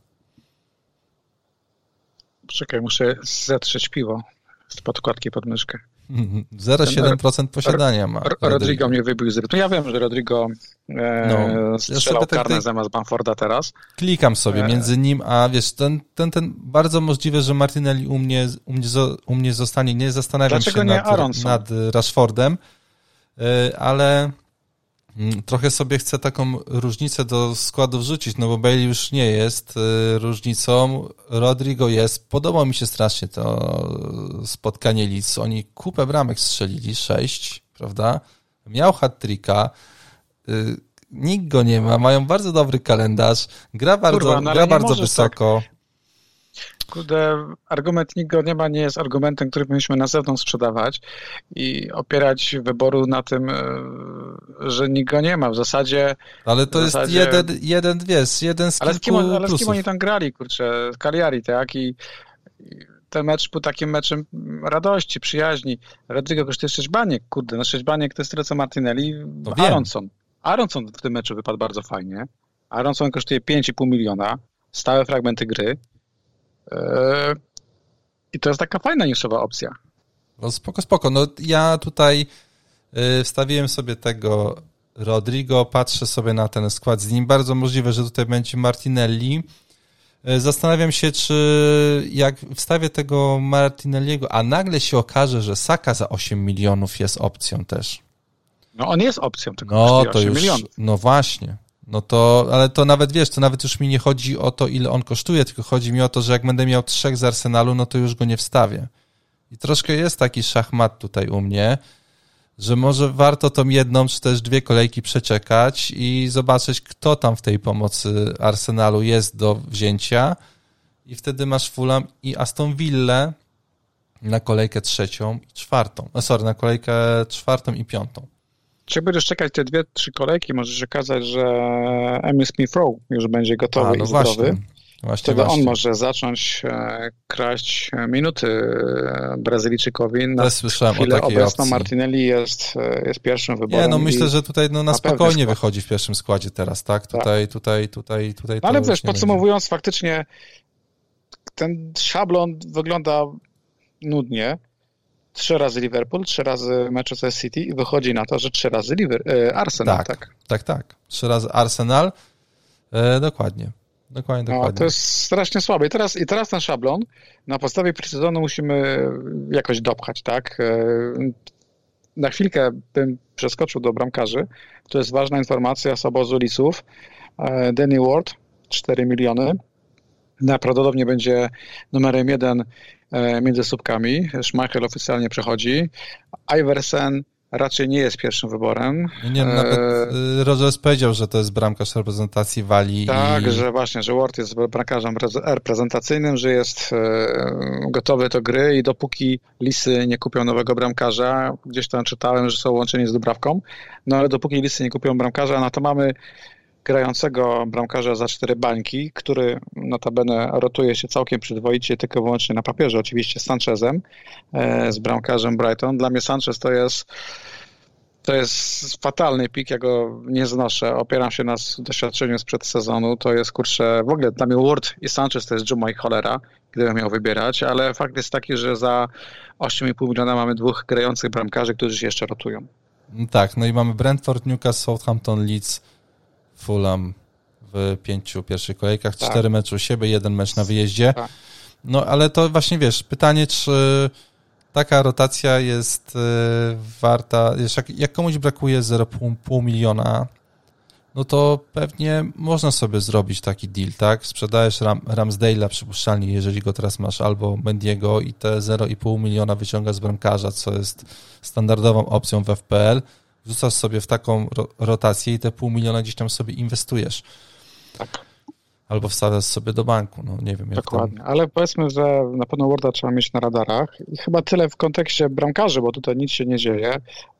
Czekaj, muszę zetrzeć piwo z podkładki pod myszkę.
zero przecinek siedem procent posiadania ma.
Rodrigo, Rodrigo mnie wybił z rytmu. Ja wiem, że Rodrigo e, no, strzelał ja karne tak, zamiast Bamforda teraz.
Klikam sobie e... między nim, a wiesz, ten, ten, ten bardzo możliwe, że Martinelli u mnie, u mnie, u mnie zostanie. Nie zastanawiam
Dlaczego
się
nie
nad, nad Rashfordem, ale trochę sobie chcę taką różnicę do składu wrzucić, no bo Bale już nie jest różnicą, Rodrigo jest. Podobało mi się strasznie to spotkanie Leeds. Oni kupę bramek strzelili, sześć, prawda? Miał hat-tricka, nikt go nie ma, mają bardzo dobry kalendarz, gra bardzo, Kurwa, no gra bardzo wysoko. Tak.
Kurde, argument nikt go nie ma nie jest argumentem, który powinniśmy na zewnątrz sprzedawać i opierać wyboru na tym, że nikt go nie ma. W zasadzie...
Ale to jest zasadzie... jeden, jeden, wiesz, jeden z
ale
kilku
z kim, Ale
plusów.
z kim oni tam grali, kurczę? Cagliari, tak? I, i ten mecz był takim meczem radości, przyjaźni. Rodrigo kosztuje sześć baniek, kurde, no sześć baniek to jest tyle co Martinelli.
No
Aronson. Aronson w tym meczu wypadł bardzo fajnie. Aronson kosztuje pięć i pół miliona. Stałe fragmenty gry. I to jest taka fajna niszowa opcja.
No spoko, spoko. No ja tutaj wstawiłem sobie tego Rodrigo, patrzę sobie na ten skład z nim. Bardzo możliwe, że tutaj będzie Martinelli. Zastanawiam się, czy jak wstawię tego Martinelliego, a nagle się okaże, że Saka za osiem milionów jest opcją też.
No on jest opcją, tylko
no, to
osiem
już,
milionów.
No właśnie. No to, ale to nawet wiesz, to nawet już mi nie chodzi o to, ile on kosztuje, tylko chodzi mi o to, że jak będę miał trzech z Arsenalu, no to już go nie wstawię. I troszkę jest taki szachmat tutaj u mnie, że może warto tą jedną, czy też dwie kolejki przeczekać i zobaczyć, kto tam w tej pomocy Arsenalu jest do wzięcia i wtedy masz Fulham i Aston Villę na kolejkę trzecią i czwartą. No sorry, na kolejkę czwartą i piątą.
Czy będziesz czekać te dwie, trzy kolejki, możesz okazać, że Emil Smith-Rowe już będzie gotowy A, no i zdrowy.
Właśnie. Właśnie,
Wtedy
właśnie.
on może zacząć e, kraść minuty Brazylijczykowi. Na chwilę obecną
opcji.
Martinelli jest, jest pierwszym wyborem.
Nie, no myślę, że tutaj no, na, na spokojnie
skład.
wychodzi w pierwszym składzie teraz, tak? Tutaj, tak. tutaj, tutaj, tutaj.
No, ale wiesz, podsumowując, będzie. Faktycznie ten szablon wygląda nudnie. Trzy razy Liverpool, trzy razy Manchester City i wychodzi na to, że trzy razy Liverpool, Arsenal.
Tak,
tak,
tak, tak. Trzy razy Arsenal. E, dokładnie. Dokładnie, dokładnie.
No, to jest strasznie słabe. I teraz, I teraz ten szablon na podstawie pre-sezonu musimy jakoś dopchać, tak? Na chwilkę bym przeskoczył do bramkarzy. To jest ważna informacja z obozu Leedsów. Danny Ward, cztery miliony. Prawdopodobnie będzie numerem jeden między słupkami. Schmeichel oficjalnie przechodzi. Iversen raczej nie jest pierwszym wyborem.
Nie, nawet Rodgers powiedział, że to jest bramkarz reprezentacji Walii.
Tak,
i...
że właśnie, że Ward jest bramkarzem reprezentacyjnym, że jest gotowy do gry i dopóki Lisy nie kupią nowego bramkarza, gdzieś tam czytałem, że są łączeni z Dubrawką, no ale dopóki Lisy nie kupią bramkarza, no to mamy grającego bramkarza za cztery bańki, który notabene rotuje się całkiem przyzwoicie, tylko wyłącznie na papierze, oczywiście z Sanchezem, z bramkarzem Brighton. Dla mnie Sanchez to jest to jest fatalny pik, ja go nie znoszę, opieram się na doświadczeniu sprzed sezonu, to jest kurczę, w ogóle dla mnie Ward i Sanchez to jest dżuma i cholera, gdybym miał wybierać, ale fakt jest taki, że za osiem i pół miliona mamy dwóch grających bramkarzy, którzy się jeszcze rotują.
Tak, no i mamy Brentford, Newcastle, Southampton, Leeds, Fulham w pięciu pierwszych kolejkach, tak. Cztery mecze u siebie, jeden mecz na wyjeździe. Tak. No ale to właśnie wiesz, pytanie, czy taka rotacja jest y, warta, wiesz, jak, jak komuś brakuje zero przecinek pięć miliona, no to pewnie można sobie zrobić taki deal, tak? Sprzedajesz Ram, Ramsdale'a przypuszczalnie, jeżeli go teraz masz, albo Mendiego i te zero przecinek pięć miliona wyciągasz z bramkarza, co jest standardową opcją w F P L, wrzucasz sobie w taką ro- rotację i te pół miliona gdzieś tam sobie inwestujesz.
Tak.
Albo wstawiasz sobie do banku, no nie wiem. Jak
Dokładnie,
tam...
ale powiedzmy, że na pewno Warda trzeba mieć na radarach i chyba tyle w kontekście bramkarzy, bo tutaj nic się nie dzieje.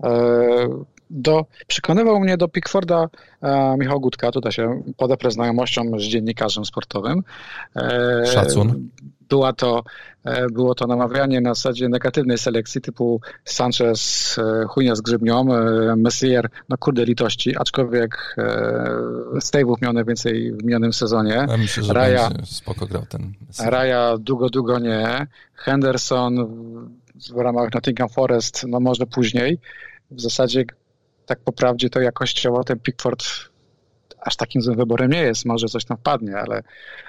Do, przekonywał mnie do Pickforda e, Michał Gutka, tutaj się podeprę znajomością z dziennikarzem sportowym.
E, Szacun.
Była to, e, było to namawianie na zasadzie negatywnej selekcji typu Sanchez, e, chujnia z grzybnią, e, Messier, no kurde litości, aczkolwiek e, Stave'ów miał najwięcej w minionym sezonie.
Ja myślę, że
Raja,
spoko grał ten Messier.
Raja długo, długo nie. Henderson w, w ramach Nottingham Forest, no może później. W zasadzie tak po prawdzie to jakościowo ten Pickford aż takim złym wyborem nie jest. Może coś tam wpadnie, ale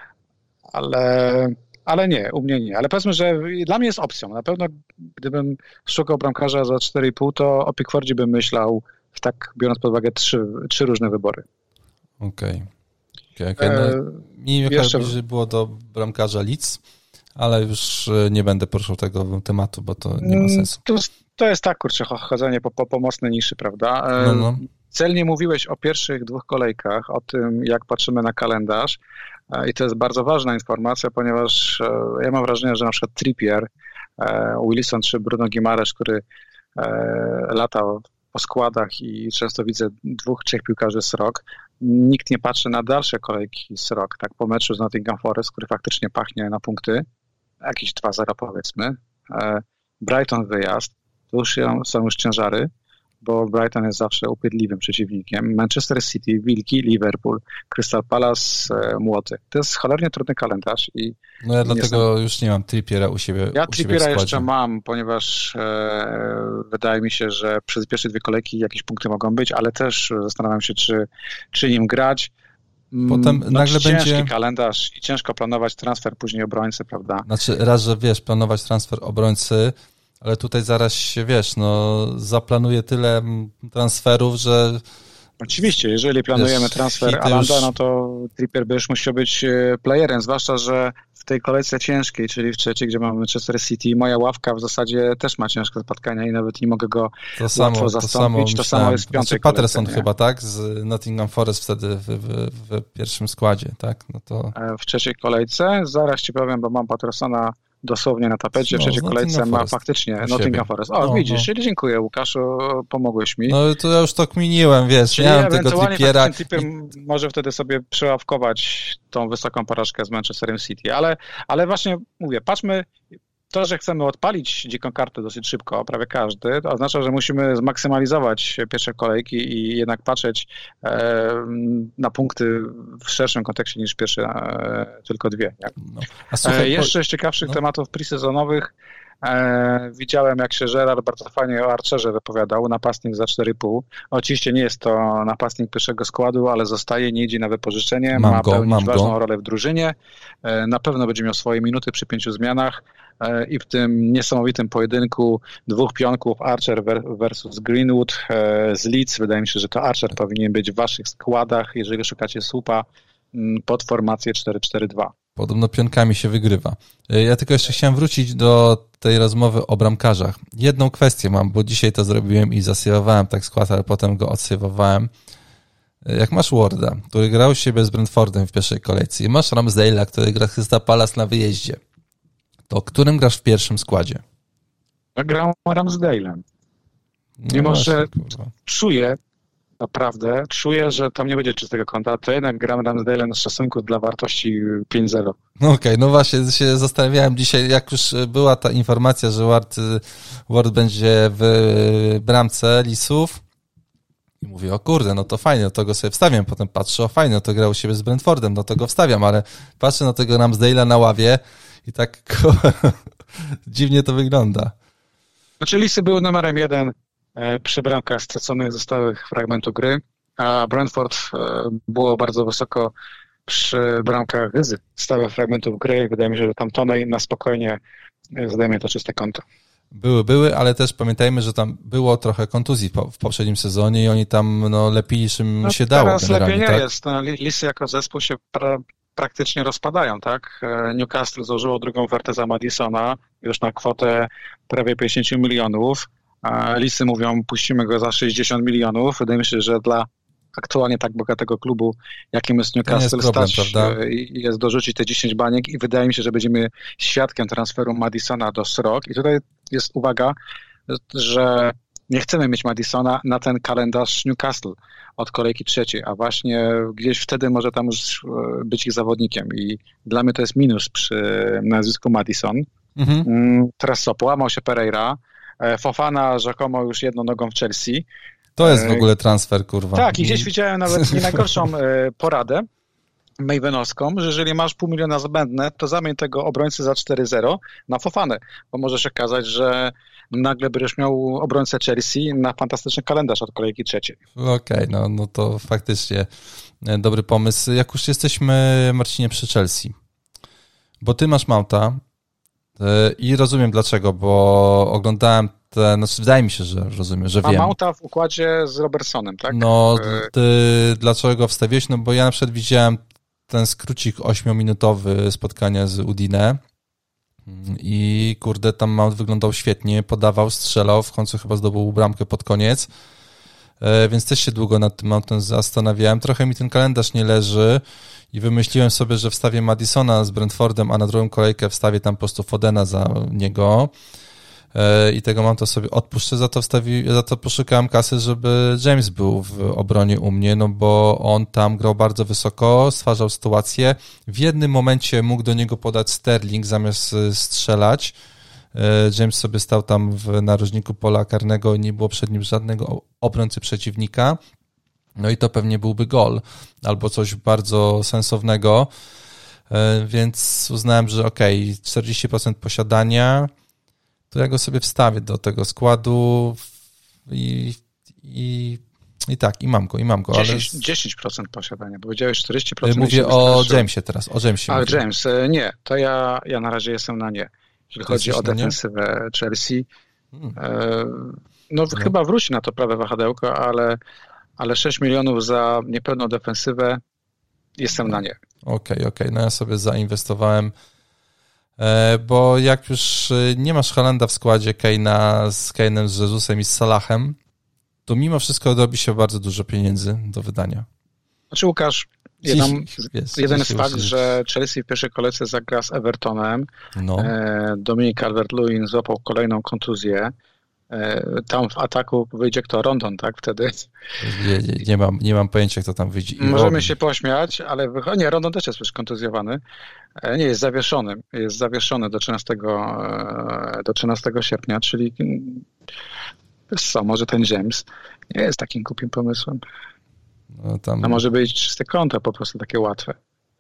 ale, ale nie, u mnie nie. Ale powiedzmy, że dla mnie jest opcją. Na pewno gdybym szukał bramkarza za cztery i pół, to o Pickfordzie bym myślał, tak biorąc pod uwagę trzy, trzy różne wybory.
Okej. Okay. Okay, okay. No, mi jeszcze bliżej było do bramkarza Leeds, ale już nie będę poruszał tego tematu, bo to nie ma sensu.
To, to jest tak, kurczę, chodzenie po, po pomocnej niszy, prawda?
No, no.
Celnie mówiłeś o pierwszych dwóch kolejkach, o tym, jak patrzymy na kalendarz i to jest bardzo ważna informacja, ponieważ ja mam wrażenie, że na przykład Trippier, Wilson czy Bruno Guimaraes, który lata po składach i często widzę dwóch, trzech piłkarzy z rok, nikt nie patrzy na dalsze kolejki z rok, tak po meczu z Nottingham Forest, który faktycznie pachnie na punkty, jakieś dwa zero powiedzmy, Brighton wyjazd, to już są już ciężary, bo Brighton jest zawsze upierdliwym przeciwnikiem. Manchester City, Wilki, Liverpool, Crystal Palace, Młoty. To jest cholernie trudny kalendarz. I
no ja dlatego jestem... już nie mam Trippiera u siebie.
Ja
u
Trippiera
siebie
jeszcze mam, ponieważ e, wydaje mi się, że przez pierwsze dwie kolejki jakieś punkty mogą być, ale też zastanawiam się, czy, czy nim grać.
Potem
no,
nagle
ciężki
będzie
kalendarz i ciężko planować transfer później obrońcy, prawda?
Znaczy raz, że wiesz, planować transfer obrońcy, ale tutaj zaraz się, wiesz, no zaplanuje tyle transferów, że...
Oczywiście, jeżeli planujemy wiesz, transfer Alanda, już... no to Trippier by już musiał być playerem, zwłaszcza, że w tej kolejce ciężkiej, czyli w trzeciej, gdzie mamy Manchester City, moja ławka w zasadzie też ma ciężkie spotkania i nawet nie mogę go
to
łatwo
samo,
zastąpić. To samo, to samo jest w piątej
znaczy, Patterson kolejce, chyba, tak? Z Nottingham Forest wtedy w, w, w pierwszym składzie, tak? No to...
W trzeciej kolejce, zaraz ci powiem, bo mam Pattersona dosłownie na tapecie.
No,
w trzeciej kolejce ma faktycznie Nottingham Forest. O, no, widzisz, no. Czyli dziękuję, Łukaszu, pomogłeś mi.
No to ja już to kminiłem, wiesz,
czyli
miałem tego Trippiera.
Trippier może wtedy sobie przeławkować tą wysoką porażkę z Manchesterem City, ale, ale właśnie mówię, patrzmy, to, że chcemy odpalić dziką kartę dosyć szybko, prawie każdy, to oznacza, że musimy zmaksymalizować pierwsze kolejki i jednak patrzeć e, na punkty w szerszym kontekście niż pierwsze e, tylko dwie. No. A słuchaj, e, jeszcze z ciekawszych no. tematów pre-sezonowych e, widziałem, jak się Gerrard bardzo fajnie o Archerze wypowiadał, napastnik za cztery i pół. Oczywiście nie jest to napastnik pierwszego składu, ale zostaje, nie idzie na wypożyczenie,
mam
ma
go,
pełnić
mam
ważną
go.
rolę w drużynie, e, na pewno będzie miał swoje minuty przy pięciu zmianach. I w tym niesamowitym pojedynku dwóch pionków Archer versus Greenwood z Leeds. Wydaje mi się, że to Archer powinien być w waszych składach, jeżeli szukacie słupa pod formację cztery cztery dwa.
Podobno pionkami się wygrywa. Ja tylko jeszcze chciałem wrócić do tej rozmowy o bramkarzach. Jedną kwestię mam, bo dzisiaj to zrobiłem i zasejwowałem tak skład, ale potem go odsejwowałem. Jak masz Warda, który grał u siebie z Brentfordem w pierwszej kolejce i masz Ramsdale'a, który gra z Crystal Palace na wyjeździe, to którym grasz w pierwszym składzie?
Ja gram Ramsdale'em. Mimo, no że czuję, naprawdę, czuję, że tam nie będzie czystego konta, to jednak gram Ramsdale'em z szacunku dla wartości pięć zero.
No okej, okay, no właśnie się zastanawiałem dzisiaj, jak już była ta informacja, że Ward, Ward będzie w bramce Lisów i mówię, o kurde, no to fajnie, no to go sobie wstawiam. Potem patrzę, o fajnie, no to grał u siebie z Brentfordem, no to go wstawiam, ale patrzę na tego Ramsdale'a na ławie i tak dziwnie to wygląda.
Znaczy Lisy były numerem jeden e, przy bramkach straconych ze stałych fragmentu gry, a Brentford e, było bardzo wysoko przy bramkach z stałych fragmentów gry i wydaje mi się, że tam Toney na spokojnie zdejmie to czyste konto.
Były, były, ale też pamiętajmy, że tam było trochę kontuzji po, w poprzednim sezonie i oni tam no, lepiej czym no, się dało.
Teraz lepiej nie
tak?
jest. No, Lisy jako zespół się pra, praktycznie rozpadają, tak? Newcastle złożyło drugą ofertę za Madisona już na kwotę prawie pięćdziesiąt milionów. Lisy mówią, puścimy go za sześćdziesiąt milionów. Wydaje mi się, że dla aktualnie tak bogatego klubu, jakim jest Newcastle, jest problem, stać prawda? Jest dorzucić te dziesięć baniek i wydaje mi się, że będziemy świadkiem transferu Madisona do Srok. I tutaj jest uwaga, że nie chcemy mieć Madisona na ten kalendarz Newcastle od kolejki trzeciej, a właśnie gdzieś wtedy może tam już być ich zawodnikiem i dla mnie to jest minus przy nazwisku Madison. Mhm. Teraz co, połamał się Pereira, Fofana rzekomo już jedną nogą w Chelsea.
To jest w ogóle transfer, kurwa.
Tak, i gdzieś widziałem nawet nie najgorszą poradę Mavenowską, że jeżeli masz pół miliona zbędne, to zamień tego obrońcy za cztery zero na Fofanę, bo może się okazać, że nagle będziesz miał obrońcę Chelsea na fantastyczny kalendarz od kolejki trzeciej.
Okej, okay, no, no to faktycznie dobry pomysł. Jak już jesteśmy, Marcinie, przy Chelsea, bo ty masz Mounta i rozumiem dlaczego, bo oglądałem te, znaczy wydaje mi się, że rozumiem, że
A
wiem.
A Mounta w układzie z Robertsonem, tak?
No, ty dlaczego go wstawiłeś? No bo ja na przykład widziałem ten skrócik ośmiominutowy spotkania z Udine i kurde, tam Mount wyglądał świetnie, podawał, strzelał, w końcu chyba zdobył bramkę pod koniec, więc też się długo nad tym Mountem zastanawiałem. Trochę mi ten kalendarz nie leży i wymyśliłem sobie, że wstawię Madisona z Brentfordem, a na drugą kolejkę wstawię tam po prostu Fodena za niego i tego Mounta sobie odpuszczę, za to wstawi, za to poszukałem kasy, żeby James był w obronie u mnie, no bo on tam grał bardzo wysoko, stwarzał sytuację. W jednym momencie mógł do niego podać Sterling zamiast strzelać. James sobie stał tam w narożniku pola karnego i nie było przed nim żadnego obrońcy przeciwnika. No i to pewnie byłby gol albo coś bardzo sensownego, więc uznałem, że okej, okay, czterdzieści procent posiadania, to ja go sobie wstawię do tego składu i, i, i tak, i mam go, i mam go.
dziesięć,
ale...
dziesięć procent posiadania, bo powiedziałeś czterdzieści procent.
Mówię o Jamesie teraz, o Jamesie.
Ale James, nie, to ja, ja na razie jestem na nie. Jeśli to chodzi o defensywę nie? Chelsea, hmm. no, no chyba wróci na to prawe wahadełko, ale, ale sześć milionów za niepełną defensywę jestem no. na nie.
Okej, okay, okej, okay. No ja sobie zainwestowałem, bo jak już nie masz Haalanda w składzie, Kane'a z Kane'em, z Jezusem i z Salahem, to mimo wszystko robi się bardzo dużo pieniędzy do wydania.
Znaczy Łukasz, Jeden, jest, jeden jest fakt, że Chelsea w pierwszej kolejce zagra z Evertonem. No. Dominik Calvert-Lewin złapał kolejną kontuzję. Tam w ataku wyjdzie kto? Rondon, tak? Wtedy.
Nie, nie, nie, mam, nie mam pojęcia, kto tam wyjdzie. I
Możemy
robi.
się pośmiać, ale wychodzi... Nie, Rondon też jest już kontuzjowany. Nie, jest zawieszony. Jest zawieszony do trzynastego, do trzynastego sierpnia, czyli co, może ten James nie jest takim głupim pomysłem. No tam... A może być czyste konto, po prostu takie łatwe.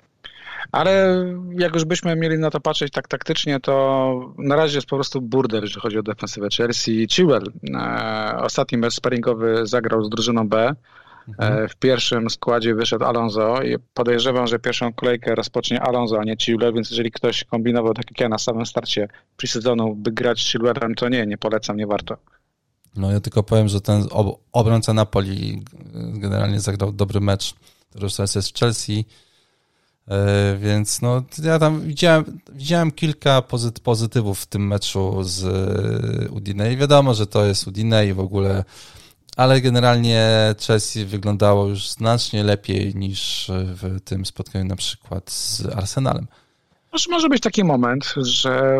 Ale jak już byśmy mieli na to patrzeć tak taktycznie, to na razie jest po prostu burdel, jeżeli chodzi o defensywę Chelsea. Chilwell e, ostatni mecz sparingowy zagrał z drużyną B. E, w pierwszym składzie wyszedł Alonso i podejrzewam, że pierwszą kolejkę rozpocznie Alonso, a nie Chilwell, więc jeżeli ktoś kombinował tak jak ja na samym starcie pre-sezonu, by grać Chilwellem, to nie, nie polecam, nie warto.
No ja tylko powiem, że ten ob- obrońca Napoli generalnie zagrał dobry mecz, który jest w Chelsea. Więc no, ja tam widziałem, widziałem kilka pozyt, pozytywów w tym meczu z Udine i wiadomo, że to jest Udine i w ogóle, ale generalnie Chelsea wyglądało już znacznie lepiej niż w tym spotkaniu na przykład z Arsenalem.
Może, może być taki moment, że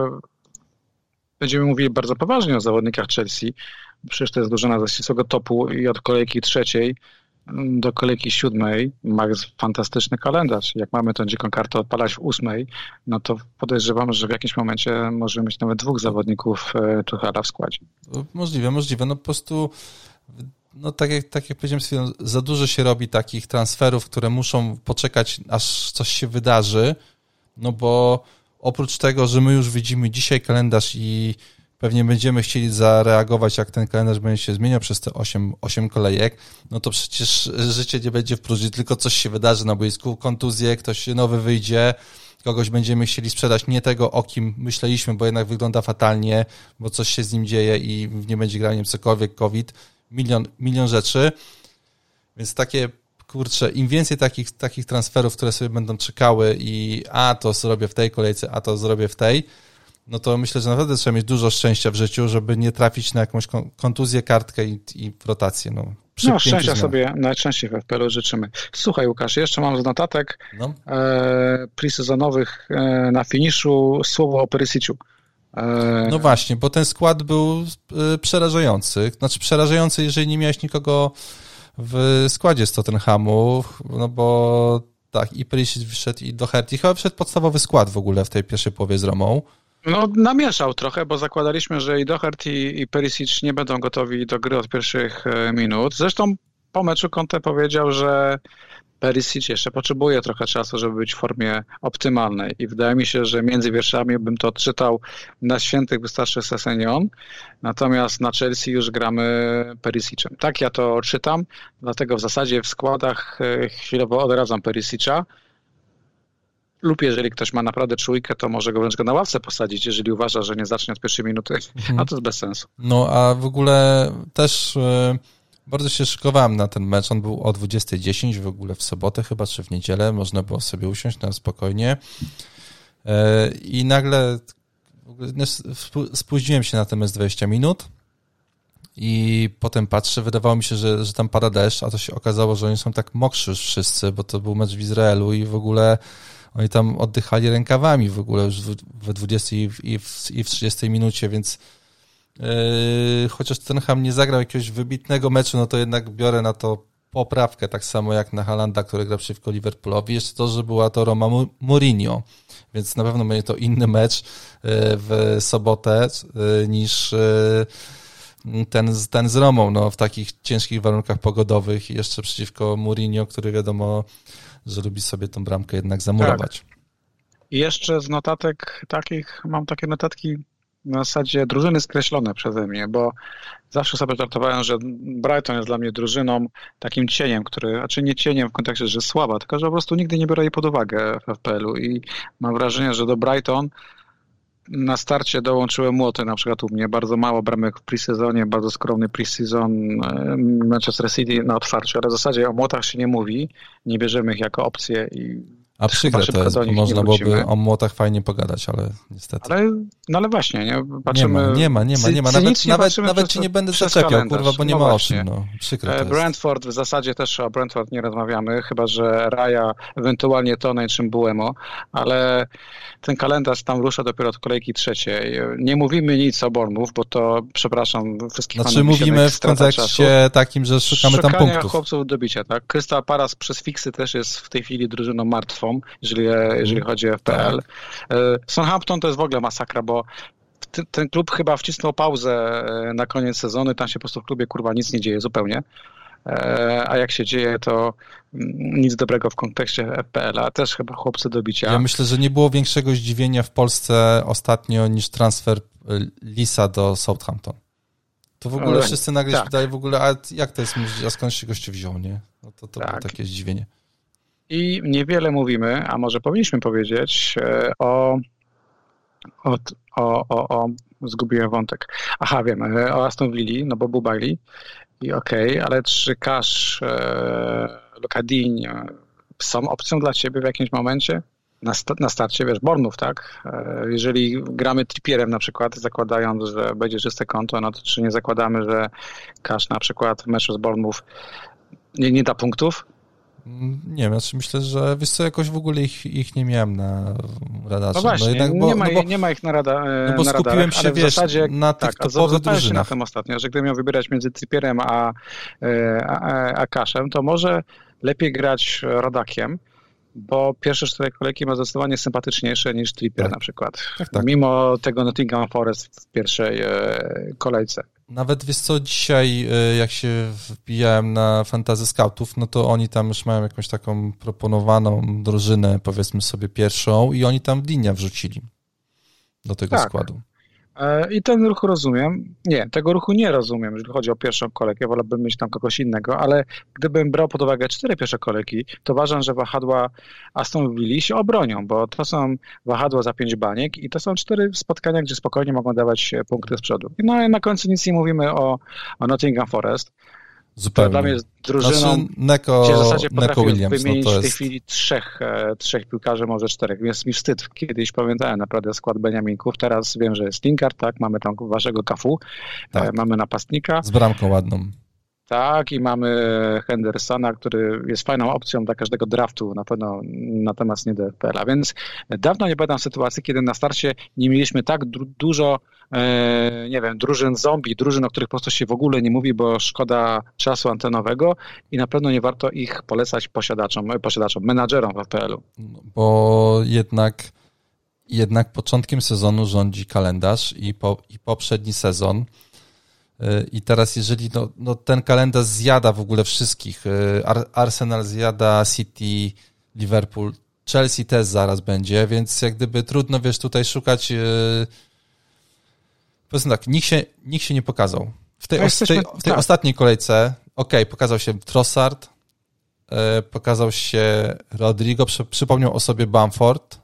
będziemy mówili bardzo poważnie o zawodnikach Chelsea, przecież to jest drużyna ze ścisłego topu i od kolejki trzeciej do kolejki siódmej ma fantastyczny kalendarz. Jak mamy tę dziką kartę odpalać w ósmej, no to podejrzewam, że w jakimś momencie możemy mieć nawet dwóch zawodników Tuchela w składzie.
Możliwe, możliwe. No po prostu no tak jak, tak jak powiedziałem, za dużo się robi takich transferów, które muszą poczekać, aż coś się wydarzy, no bo oprócz tego, że my już widzimy dzisiaj kalendarz i pewnie będziemy chcieli zareagować, jak ten kalendarz będzie się zmieniał przez te osiem kolejek, no to przecież życie nie będzie w próżni, tylko coś się wydarzy na boisku, kontuzje, ktoś nowy wyjdzie, kogoś będziemy chcieli sprzedać, nie tego, o kim myśleliśmy, bo jednak wygląda fatalnie, bo coś się z nim dzieje i nie będzie grał, nie wiem, cokolwiek, COVID, milion, milion rzeczy, więc takie, kurczę, im więcej takich, takich transferów, które sobie będą czekały i a to zrobię w tej kolejce, a to zrobię w tej, no to myślę, że naprawdę trzeba mieć dużo szczęścia w życiu, żeby nie trafić na jakąś kontuzję, kartkę i, i rotację. No,
no szczęścia sobie najczęściej w F P L-u życzymy. Słuchaj Łukasz, jeszcze mam z notatek no. e, pre-sezonowych e, na finiszu słowo o Perisicu. E...
No właśnie, bo ten skład był e, przerażający. Znaczy przerażający, jeżeli nie miałeś nikogo w składzie z Tottenhamu, no bo tak, i Perisic wyszedł i Doherty. Chyba wszedł podstawowy skład w ogóle w tej pierwszej połowie z Romą.
No namieszał trochę, bo zakładaliśmy, że i Doherty i Perisic nie będą gotowi do gry od pierwszych minut. Zresztą po meczu Conte powiedział, że Perisic jeszcze potrzebuje trochę czasu, żeby być w formie optymalnej i wydaje mi się, że między wierszami bym to odczytał: na świętych wystarczy Sessegnon, natomiast na Chelsea już gramy Perisicem. Tak ja to czytam, dlatego w zasadzie w składach chwilowo odradzam Perisicia. Lub jeżeli ktoś ma naprawdę czujkę, to może go wręcz go na ławce posadzić, jeżeli uważa, że nie zacznie od pierwszej minuty, a to jest bez sensu.
No a w ogóle też yy, bardzo się szykowałem na ten mecz. On był o dwudziestej dziesięć w ogóle w sobotę chyba, czy w niedzielę. Można było sobie usiąść na spokojnie. Yy, I nagle w ogóle, no, spóźniłem się na ten mecz dwadzieścia minut i potem patrzę, wydawało mi się, że, że tam pada deszcz, a to się okazało, że oni są tak mokrzy już wszyscy, bo to był mecz w Izraelu i w ogóle oni tam oddychali rękawami w ogóle już we dwudziestej i w, i w trzydziestej minucie, więc yy, chociaż Tottenham nie zagrał jakiegoś wybitnego meczu, no to jednak biorę na to poprawkę, tak samo jak na Haalanda, który gra przeciwko Liverpoolowi. Jeszcze to, że była to Roma Mourinho, więc na pewno będzie to inny mecz yy, w sobotę yy, niż yy, ten, ten z Romą, no, w takich ciężkich warunkach pogodowych i jeszcze przeciwko Mourinho, który wiadomo, że lubi sobie tą bramkę jednak zamurować. Tak.
I jeszcze z notatek takich, mam takie notatki na zasadzie drużyny skreślone przeze mnie, bo zawsze sobie żartowałem, że Brighton jest dla mnie drużyną takim cieniem, który, znaczy nie cieniem w kontekście, że słaba, tylko że po prostu nigdy nie biorę jej pod uwagę w F P L-u i mam wrażenie, że do Brighton na starcie dołączyły młoty, na przykład u mnie bardzo mało bramek w pre-sezonie, bardzo skromny pre-season Manchester City na otwarciu, ale w zasadzie o młotach się nie mówi, nie bierzemy ich jako opcję i
A przykre to jest, bo można byłoby o młotach fajnie pogadać, ale niestety.
Ale, no ale właśnie, nie? Patrzymy...
Nie ma, nie ma, nie ma. Nawet, nawet, nawet ci nie będę zaczepiał, kurwa, bo nie no ma o czym. No. Przykre to jest.
Brentford, w zasadzie też o Brentford nie rozmawiamy, chyba że Raja, ewentualnie Tony czy Mbuemo, ale ten kalendarz tam rusza dopiero od kolejki trzeciej. Nie mówimy nic o Bournemouth, bo to, przepraszam, wszystkich
Znaczy mówimy w kontekście takim, że szukamy
Szukania
tam punktów.
chłopców do bicia, tak? Crystal Palace przez fiksy też jest w tej chwili drużyną martwą, jeżeli, jeżeli chodzi o F P L. Tak. Southampton to jest w ogóle masakra, bo ten, ten klub chyba wcisnął pauzę na koniec sezonu, tam się po prostu w klubie kurwa nic nie dzieje zupełnie. A jak się dzieje, to nic dobrego w kontekście F P L a, też chyba chłopcy do bicia.
Ja myślę, że nie było większego zdziwienia w Polsce ostatnio niż transfer Lisa do Southampton. To w ogóle wszyscy nagle tak. się pytali w ogóle, a jak to jest, a skąd się goście wziął, nie? No to to tak. było takie zdziwienie.
I niewiele mówimy, a może powinniśmy powiedzieć o o, o, o, o zgubiłem wątek. Aha, wiem, o Aston Villa, no bo był Bailey i okej, okay, ale czy Cash, e, Lukadin są opcją dla ciebie w jakimś momencie? Na, st- na starcie, wiesz, Bournemouth, tak? E, jeżeli gramy Trippierem na przykład, zakładając, że będzie czyste konto, no to czy nie zakładamy, że Cash na przykład w meczu z Bournemouth nie, nie da punktów?
Nie wiem, znaczy myślę, że wiesz co, jakoś w ogóle ich, ich nie miałem na radarze.
No właśnie,
no jednak,
bo, nie, ma, no bo, nie ma ich na, rada,
no bo
na
skupiłem
radarach,
się,
ale
wiesz,
w zasadzie,
na tych
tak,
topowych drużynach.
się na tym ostatnio, że gdybym miał wybierać między Trippierem a, a, a, a Cashem, to może lepiej grać rodakiem, bo pierwsze cztery kolejki ma zdecydowanie sympatyczniejsze niż Trippier tak. na przykład. Tak, tak. Mimo tego Nottingham Forest w pierwszej e, kolejce.
Nawet wiesz co, dzisiaj jak się wbijałem na Fantasy Scoutów, no to oni tam już mają jakąś taką proponowaną drużynę, powiedzmy sobie pierwszą i oni tam Dinia wrzucili do tego
tak.
składu.
I ten ruch rozumiem. Nie, tego ruchu nie rozumiem, jeżeli chodzi o pierwszą kolejkę. Wolałbym mieć tam kogoś innego, ale gdybym brał pod uwagę cztery pierwsze kolejki, to uważam, że wahadła Aston Villa się obronią, bo to są wahadła za pięć baniek i to są cztery spotkania, gdzie spokojnie mogą dawać punkty z przodu. No i na końcu nic nie mówimy o, o Nottingham Forest.
Zupełnie.
Dla mnie jest drużyną,
znaczy, Neko,
gdzie w zasadzie potrafię
Williams,
wymienić
no to
w tej
jest...
chwili trzech, e, trzech piłkarzy, może czterech. Jest mi wstyd. Kiedyś pamiętałem naprawdę skład Beniaminków. Teraz wiem, że jest Lingard, tak? Mamy tam waszego Cafu, tak. e, mamy napastnika.
Z bramką ładną.
Tak, i mamy Hendersona, który jest fajną opcją dla każdego draftu, na pewno natomiast nie do F P L a. Więc dawno nie pamiętam sytuacji, kiedy na starcie nie mieliśmy tak du- dużo e, nie wiem, drużyn zombie, drużyn, o których po prostu się w ogóle nie mówi, bo szkoda czasu antenowego i na pewno nie warto ich polecać posiadaczom, posiadaczom menadżerom w F P L u.
Bo jednak, jednak początkiem sezonu rządzi kalendarz i, po, i poprzedni sezon. I teraz jeżeli no, no ten kalendarz zjada w ogóle wszystkich, Arsenal zjada, City, Liverpool, Chelsea też zaraz będzie, więc jak gdyby trudno, wiesz, tutaj szukać, powiedzmy tak, nikt się, nikt się nie pokazał. W tej, no w tej, w tej tak. ostatniej kolejce, okej, okay, pokazał się Trossard, pokazał się Rodrigo, przy, przypomniał o sobie Bamford,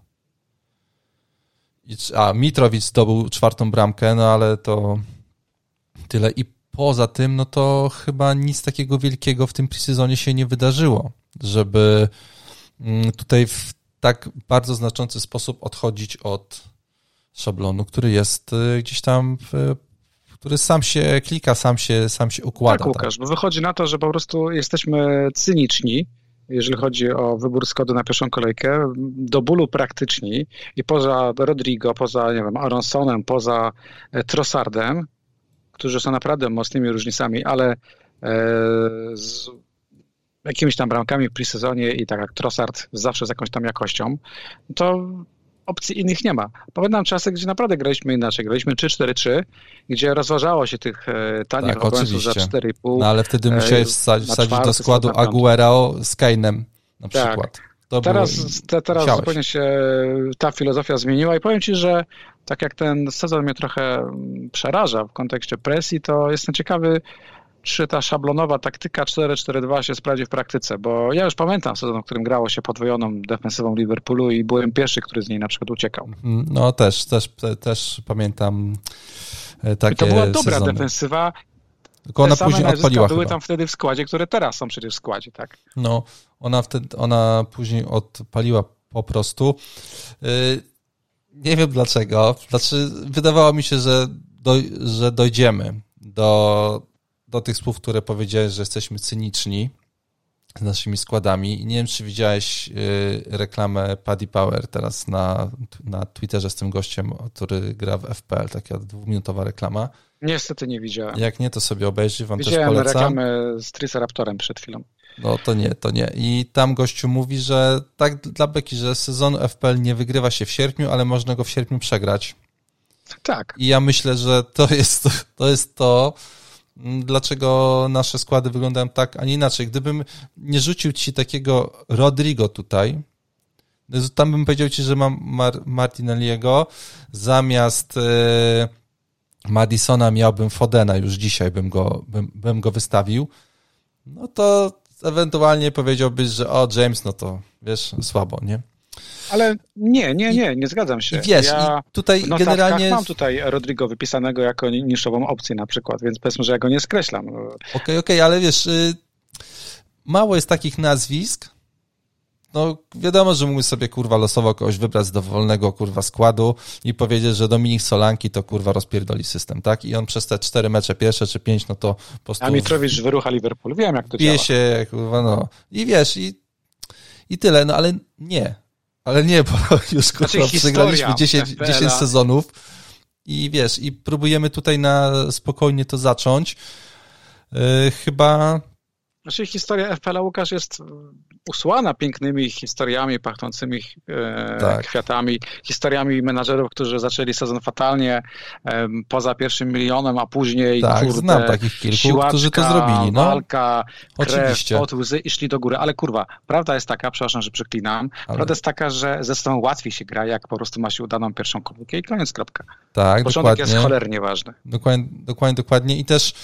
a Mitrovic zdobył czwartą bramkę, no ale to tyle. I poza tym, no to chyba nic takiego wielkiego w tym presezonie się nie wydarzyło, żeby tutaj w tak bardzo znaczący sposób odchodzić od szablonu, który jest gdzieś tam, który sam się klika, sam się, sam się układa.
Tak, Łukasz, bo wychodzi na to, że po prostu jesteśmy cyniczni, jeżeli chodzi o wybór składu na pierwszą kolejkę, do bólu praktyczni i poza Rodrigo, poza, nie wiem, Aronsonem, poza Trossardem, którzy są naprawdę mocnymi różnicami, ale e, z jakimiś tam bramkami w presezonie i tak jak Trossard zawsze z jakąś tam jakością, to opcji innych nie ma. Pamiętam czasy, gdzie naprawdę graliśmy inaczej. Graliśmy trzy cztery trzy, gdzie rozważało się tych e, tanich tak, obrońców za cztery i pół.
No ale wtedy musiałeś wsadzić do składu Aguero z Kane'em na przykład.
Tak. To teraz było... te, teraz zupełnie się ta filozofia zmieniła i powiem ci, że tak jak ten sezon mnie trochę przeraża w kontekście presji, to jestem ciekawy, czy ta szablonowa taktyka cztery cztery dwa się sprawdzi w praktyce, bo ja już pamiętam sezon, w którym grało się podwojoną defensywą Liverpoolu i byłem pierwszy, który z niej na przykład uciekał.
No też, też, też pamiętam takie
I to była dobra
sezony.
defensywa.
Tylko ona później odpaliła
były
chyba.
tam wtedy w składzie, które teraz są przecież w składzie, tak?
No, ona wtedy, ona później odpaliła po prostu. Nie wiem dlaczego. Znaczy, wydawało mi się, że, doj, że dojdziemy do, do tych słów, które powiedziałeś, że jesteśmy cyniczni z naszymi składami. I nie wiem, czy widziałeś reklamę Paddy Power teraz na, na Twitterze z tym gościem, który gra w F P L, taka dwuminutowa reklama.
Niestety nie widziałem.
Jak nie, to sobie obejrzyj, wam
Widziałem
też polecam.
reklamę z Triceraptorem przed chwilą.
No to nie, to nie. I tam gościu mówi, że tak dla beki, że sezonu F P L nie wygrywa się w sierpniu, ale można go w sierpniu przegrać.
Tak.
I ja myślę, że to jest to, jest to dlaczego nasze składy wyglądają tak, a nie inaczej. Gdybym nie rzucił ci takiego Rodrigo tutaj, tam bym powiedział ci, że mam Mar- Martinelliego, zamiast e, Madisona miałbym Fodena, już dzisiaj bym go, bym, bym go wystawił, no to ewentualnie powiedziałbyś, że o, James, no to wiesz, słabo, nie?
Ale nie, nie, nie, nie zgadzam się.
I wiesz,
ja
i tutaj
w
generalnie...
mam tutaj Rodrigo wypisanego jako niszową opcję na przykład, więc powiedzmy, że ja go nie skreślam.
Okej, okay, okej, okay, ale wiesz, mało jest takich nazwisk. No wiadomo, że mógłby sobie kurwa losowo kogoś wybrać z dowolnego kurwa składu i powiedzieć, że Dominik Solanki to kurwa rozpierdoli system, tak? I on przez te cztery mecze pierwsze czy pięć, no to po prostu...
A Mitrowicz wyrucha Liverpool, wiem jak to
bije
działa.
się, kurwa, no. I wiesz, i, i tyle, no ale nie. Ale nie, bo już kurwa znaczy, przegraliśmy dziesięć, dziesięć sezonów i wiesz, i próbujemy tutaj na spokojnie to zacząć. Yy, chyba...
Znaczy historia F P L-a, Łukasz, jest usłana pięknymi historiami pachnącymi e, tak. kwiatami, historiami menadżerów, którzy zaczęli sezon fatalnie, e, poza pierwszym milionem, a później
tak,
kurde,
znam takich kilku,
siłaczka,
którzy to zrobili. No.
walka, krew,
oczywiście.
pot, łzy i szli do góry. Ale kurwa, prawda jest taka, przepraszam, że przeklinam, ale... prawda jest taka, że ze sobą łatwiej się gra, jak po prostu ma się udaną pierwszą komórkę i koniec, kropka.
Tak,
początek
dokładnie.
jest cholernie ważny.
Dokładnie, dokładnie, dokładnie. I też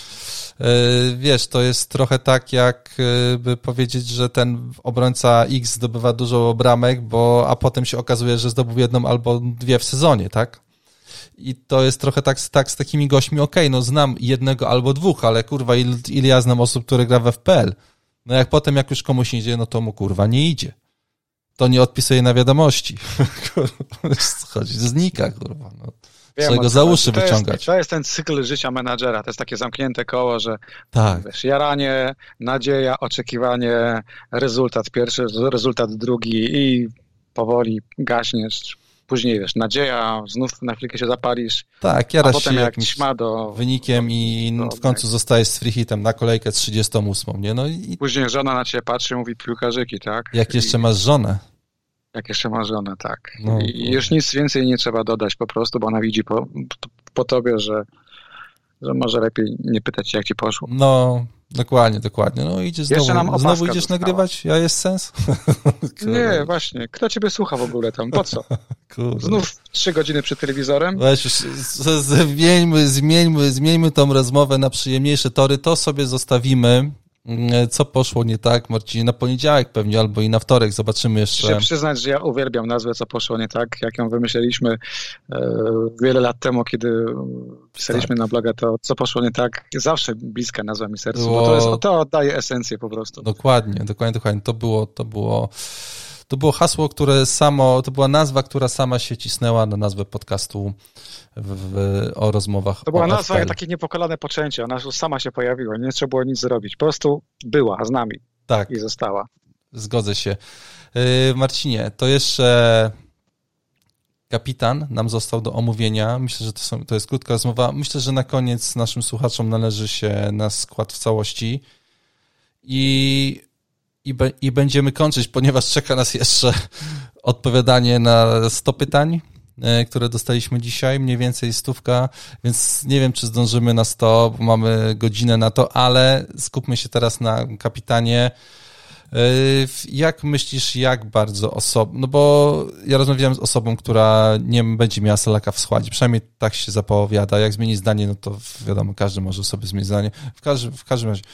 wiesz, to jest trochę tak, jakby powiedzieć, że ten obrońca X zdobywa dużo bramek, bo, a potem się okazuje, że zdobył jedną albo dwie w sezonie, tak? I to jest trochę tak, tak z takimi gośćmi, okej, okay, no znam jednego albo dwóch, ale kurwa, ile, ile ja znam osób, które gra w F P L? No jak potem, jak już komuś idzie, no to mu kurwa nie idzie. To nie odpisuje na wiadomości. Chodzi, znika, kurwa, no. Wiem, go za uszy
to
wyciągać.
Jest, to jest ten cykl życia menadżera, to jest takie zamknięte koło, że
tak.
wiesz, jaranie, nadzieja, oczekiwanie, rezultat pierwszy, rezultat drugi i powoli gaśniesz. Później wiesz, nadzieja, znów na chwilkę się zapalisz,
tak, jarasz
a potem
się
jak ćma do...
wynikiem i do, w końcu tak. zostajesz z free hitem na kolejkę trzydziestą ósmą, nie? No i...
Później żona na ciebie patrzy i mówi piłkarzyki, tak?
Jak jeszcze masz żonę.
Jak jeszcze ma żonę, tak.
No,
I już nic więcej nie trzeba dodać po prostu, bo ona widzi po, po tobie, że, że może lepiej nie pytać się, jak ci poszło.
No, dokładnie, dokładnie. No idziesz znowu, znowu idziesz została. nagrywać? Ja jest sens?
Nie, właśnie. Kto ciebie słucha w ogóle tam? Po co?
Kurde.
Znów trzy godziny przed telewizorem?
Weź już, zmieńmy, zmieńmy, zmieńmy tą rozmowę na przyjemniejsze tory. To sobie zostawimy. Co poszło nie tak, Marcinie? Na poniedziałek pewnie, albo i na wtorek zobaczymy jeszcze.
Muszę przyznać, że ja uwielbiam nazwę Co poszło nie tak, jak ją wymyśliliśmy e, wiele lat temu, kiedy pisaliśmy tak. na bloga, to Co poszło nie tak, zawsze bliska nazwa mi sercu, było... bo to, jest, to oddaje esencję po prostu.
Dokładnie, dokładnie, dokładnie. To było, to było, to było hasło, które samo, to była nazwa, która sama się cisnęła na nazwę podcastu w, w, o rozmowach.
To była
o
nazwa
F P L.
Takie niepokalane poczęcie, ona sama się pojawiła, nie trzeba było nic zrobić, po prostu była z nami
tak.
i została.
Zgodzę się. Yy, Marcinie, to jeszcze kapitan nam został do omówienia. Myślę, że to, są, to jest krótka rozmowa. Myślę, że na koniec naszym słuchaczom należy się na skład w całości i, i, be, i będziemy kończyć, ponieważ czeka nas jeszcze odpowiadanie na sto pytań, które dostaliśmy dzisiaj, mniej więcej stówka, więc nie wiem, czy zdążymy na sto, bo mamy godzinę na to, ale skupmy się teraz na kapitanie. Jak myślisz, jak bardzo osobą, no bo ja rozmawiałem z osobą, która nie będzie miała Salaka w składzie, przynajmniej tak się zapowiada, jak zmieni zdanie, no to wiadomo, każdy może sobie zmienić zdanie, w każdym, w każdym razie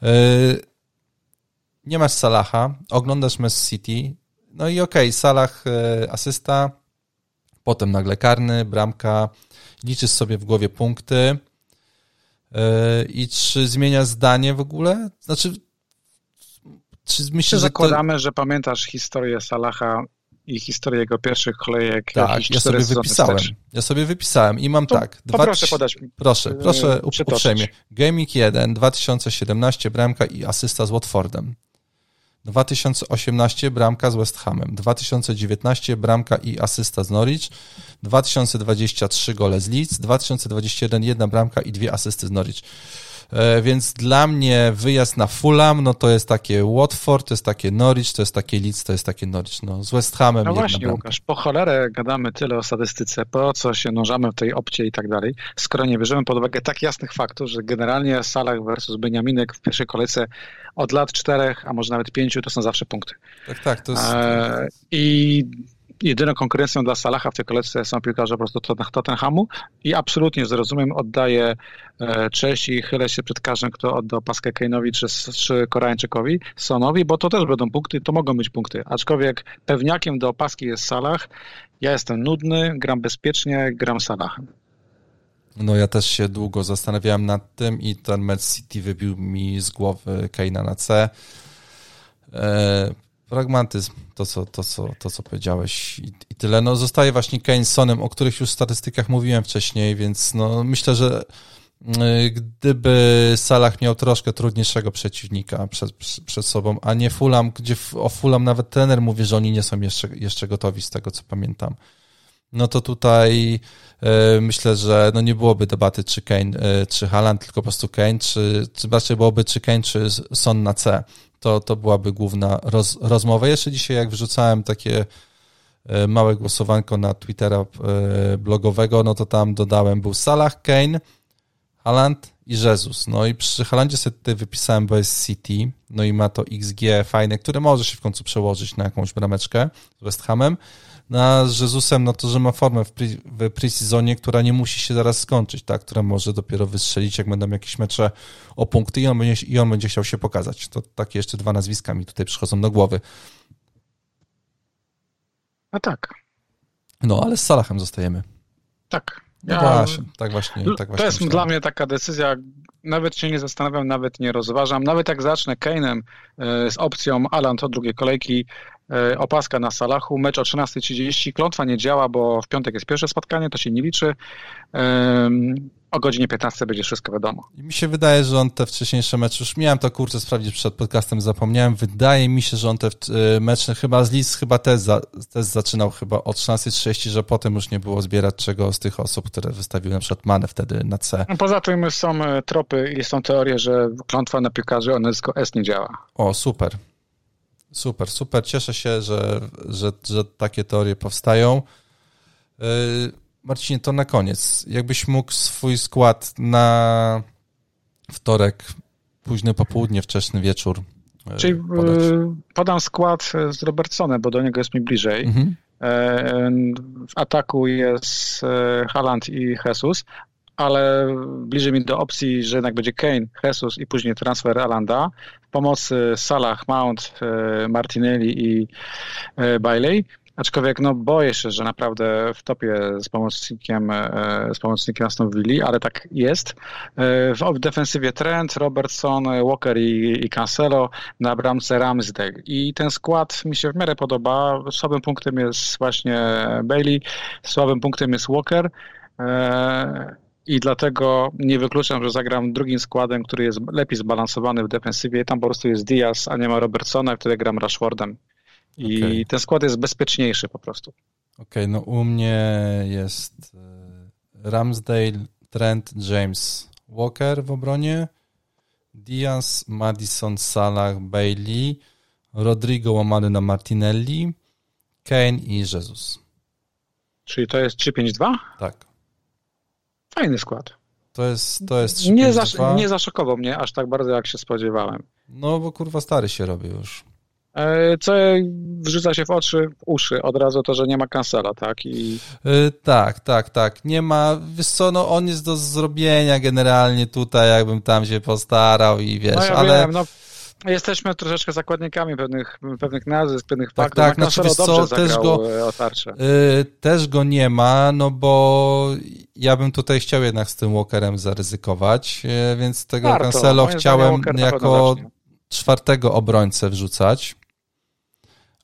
nie masz Salaha, oglądasz Manchester City, no i okej, okay, Salah asysta, potem nagle karny, bramka, liczysz sobie w głowie punkty yy, i czy zmienia zdanie w ogóle? Znaczy, czy myślisz,
że
zakładamy,
to... że pamiętasz historię Salaha i historię jego pierwszych kolejek.
Tak, ja sobie wypisałem. Wstecz. Ja sobie wypisałem i mam
to
tak.
Dwa, proszę podać mi.
Proszę, proszę uprzejmie. Gaming jeden, dwa tysiące siedemnaście, bramka i asysta z Watfordem. dwa tysiące osiemnaście, bramka z West Hamem. dwa tysiące dziewiętnaście, bramka i asysta z Norwich. dwa tysiące dwadzieścia trzy, gole z Leeds. dwa tysiące dwadzieścia jeden, jedna bramka i dwie asysty z Norwich. Więc dla mnie wyjazd na Fulham, no to jest takie Watford, to jest takie Norwich, to jest takie Leeds, to jest takie Norwich. No, z West Hamem
No
jedna
właśnie,
bramka.
Łukasz, po cholerę gadamy tyle o statystyce, po co się nurzamy w tej opcie i tak dalej, skoro nie bierzemy pod uwagę tak jasnych faktów, że generalnie Salah versus Beniaminek w pierwszej kolejce od lat czterech, a może nawet pięciu, to są zawsze punkty.
Tak, tak, to jest...
E, I jedyną konkurencją dla Salaha w tej kolejce są piłkarze po prostu Tottenhamu i absolutnie zrozumiem, oddaję cześć i chylę się przed każdym, kto oddał paskę Kane'owi czy, czy Koreańczykowi, Sonowi, bo to też będą punkty, to mogą być punkty. Aczkolwiek pewniakiem do opaski jest Salah. Ja jestem nudny, gram bezpiecznie, gram Salahem.
No ja też się długo zastanawiałem nad tym i ten mecz City wybił mi z głowy Kane'a na C. E, pragmatyzm, to co, to, co, to, co powiedziałeś i, i tyle. No zostaje właśnie Kane z Sonem, o których już w statystykach mówiłem wcześniej, więc no myślę, że gdyby Salah miał troszkę trudniejszego przeciwnika przed, przed sobą, a nie Fulham, gdzie o Fulham nawet trener mówi, że oni nie są jeszcze, jeszcze gotowi z tego, co pamiętam, no to tutaj e, myślę, że no nie byłoby debaty, czy Kane, e, czy Haaland, tylko po prostu Kane, czy, czy raczej byłoby, czy Kane, czy Son na C. To, to byłaby główna roz, rozmowa. Jeszcze dzisiaj, jak wrzucałem takie e, małe głosowanko na Twittera e, blogowego, no to tam dodałem, był Salah, Kane, Haaland i Jesus. No i przy Haalandzie sobie tutaj wypisałem, bo jest City, no i ma to X G fajne, które może się w końcu przełożyć na jakąś brameczkę z West Hamem. No, z Jesusem, no to, że ma formę w, pre, w pre-seasonie, która nie musi się zaraz skończyć, tak, która może dopiero wystrzelić, jak będą jakieś mecze o punkty i on będzie, i on będzie chciał się pokazać. To takie jeszcze dwa nazwiska mi tutaj przychodzą do głowy.
A tak.
No, ale z Salahem zostajemy.
Tak.
No
ja,
właśnie, tak właśnie. Tak właśnie
to jest
myślałem.
dla mnie taka decyzja, nawet się nie zastanawiam, nawet nie rozważam. Nawet jak zacznę Kane'em y, z opcją Haaland od drugiej kolejki, y, opaska na Salahu, mecz o trzynasta trzydzieści, klątwa nie działa, bo w piątek jest pierwsze spotkanie, to się nie liczy. Y, o godzinie piętnastej będzie wszystko wiadomo.
I mi się wydaje, że on te wcześniejsze mecze, już miałem to kurczę sprawdzić przed podcastem, zapomniałem, wydaje mi się, że on te mecze chyba z Leeds chyba też, za, też zaczynał chyba o trzynasta trzydzieści, że potem już nie było zbierać czego z tych osób, które wystawiły na przykład Manę wtedy na C.
Poza tym są tropy i są teorie, że klątwa na piłkarzy o nazwisko S nie działa.
O, super. Super, super. Cieszę się, że, że, że takie teorie powstają. Yy, Marcinie, to na koniec. Jakbyś mógł swój skład na wtorek, późny popołudnie, wczesny wieczór yy,
Czyli
podać.
podam skład z Robertsonem, bo do niego jest mi bliżej.
Mhm.
W ataku jest Haaland i Jesus, ale bliżej mi do opcji, że jednak będzie Kane, Jesus i później transfer Haalanda. W pomocy Salah, Mount, Martinelli i Bailey. Aczkolwiek no boję się, że naprawdę w topie z pomocnikiem z pomocnikiem Aston Villa, ale tak jest. W defensywie Trent, Robertson, Walker i, i Cancelo, na bramce Ramsdale. I ten skład mi się w miarę podoba. Słabym punktem jest właśnie Bailey, słabym punktem jest Walker. I dlatego nie wykluczam, że zagram drugim składem, który jest lepiej zbalansowany w defensywie. Tam po prostu jest Diaz, a nie ma Robertsona, wtedy gram Rashfordem. I okay. Ten skład jest bezpieczniejszy po prostu.
Okej, okay, no u mnie jest Ramsdale, Trent, James, Walker w obronie, Diaz, Maddison, Salah, Bailey, Rodrigo łamany na Martinelli, Kane i Jesus.
Czyli to jest trzy pięć dwa?
Tak.
Fajny skład.
To jest, to jest trzy
nie,
pięć
zasz,
dwa.
nie zaszokował mnie aż tak bardzo, jak się spodziewałem.
No, bo kurwa stary się robi już.
Co wrzuca się w oczy, w uszy od razu to, że nie ma Cancela, tak? I...
Yy, tak, tak, tak. Nie ma, wiesz co, no on jest do zrobienia generalnie tutaj, jakbym tam się postarał i wiesz,
no ja
ale...
Wiem, no, jesteśmy troszeczkę zakładnikami pewnych, pewnych nazwisk, pewnych
tak,
faktów.
Tak,
znaczy,
wiesz
dobrze
co,
zagrał
też go,
otarcze.
Yy, też go nie ma, no bo ja bym tutaj chciał jednak z tym Walkerem zaryzykować, yy, więc tego
Warto.
Cancelo
Moim
chciałem
Walker
jako czwartego obrońcę wrzucać.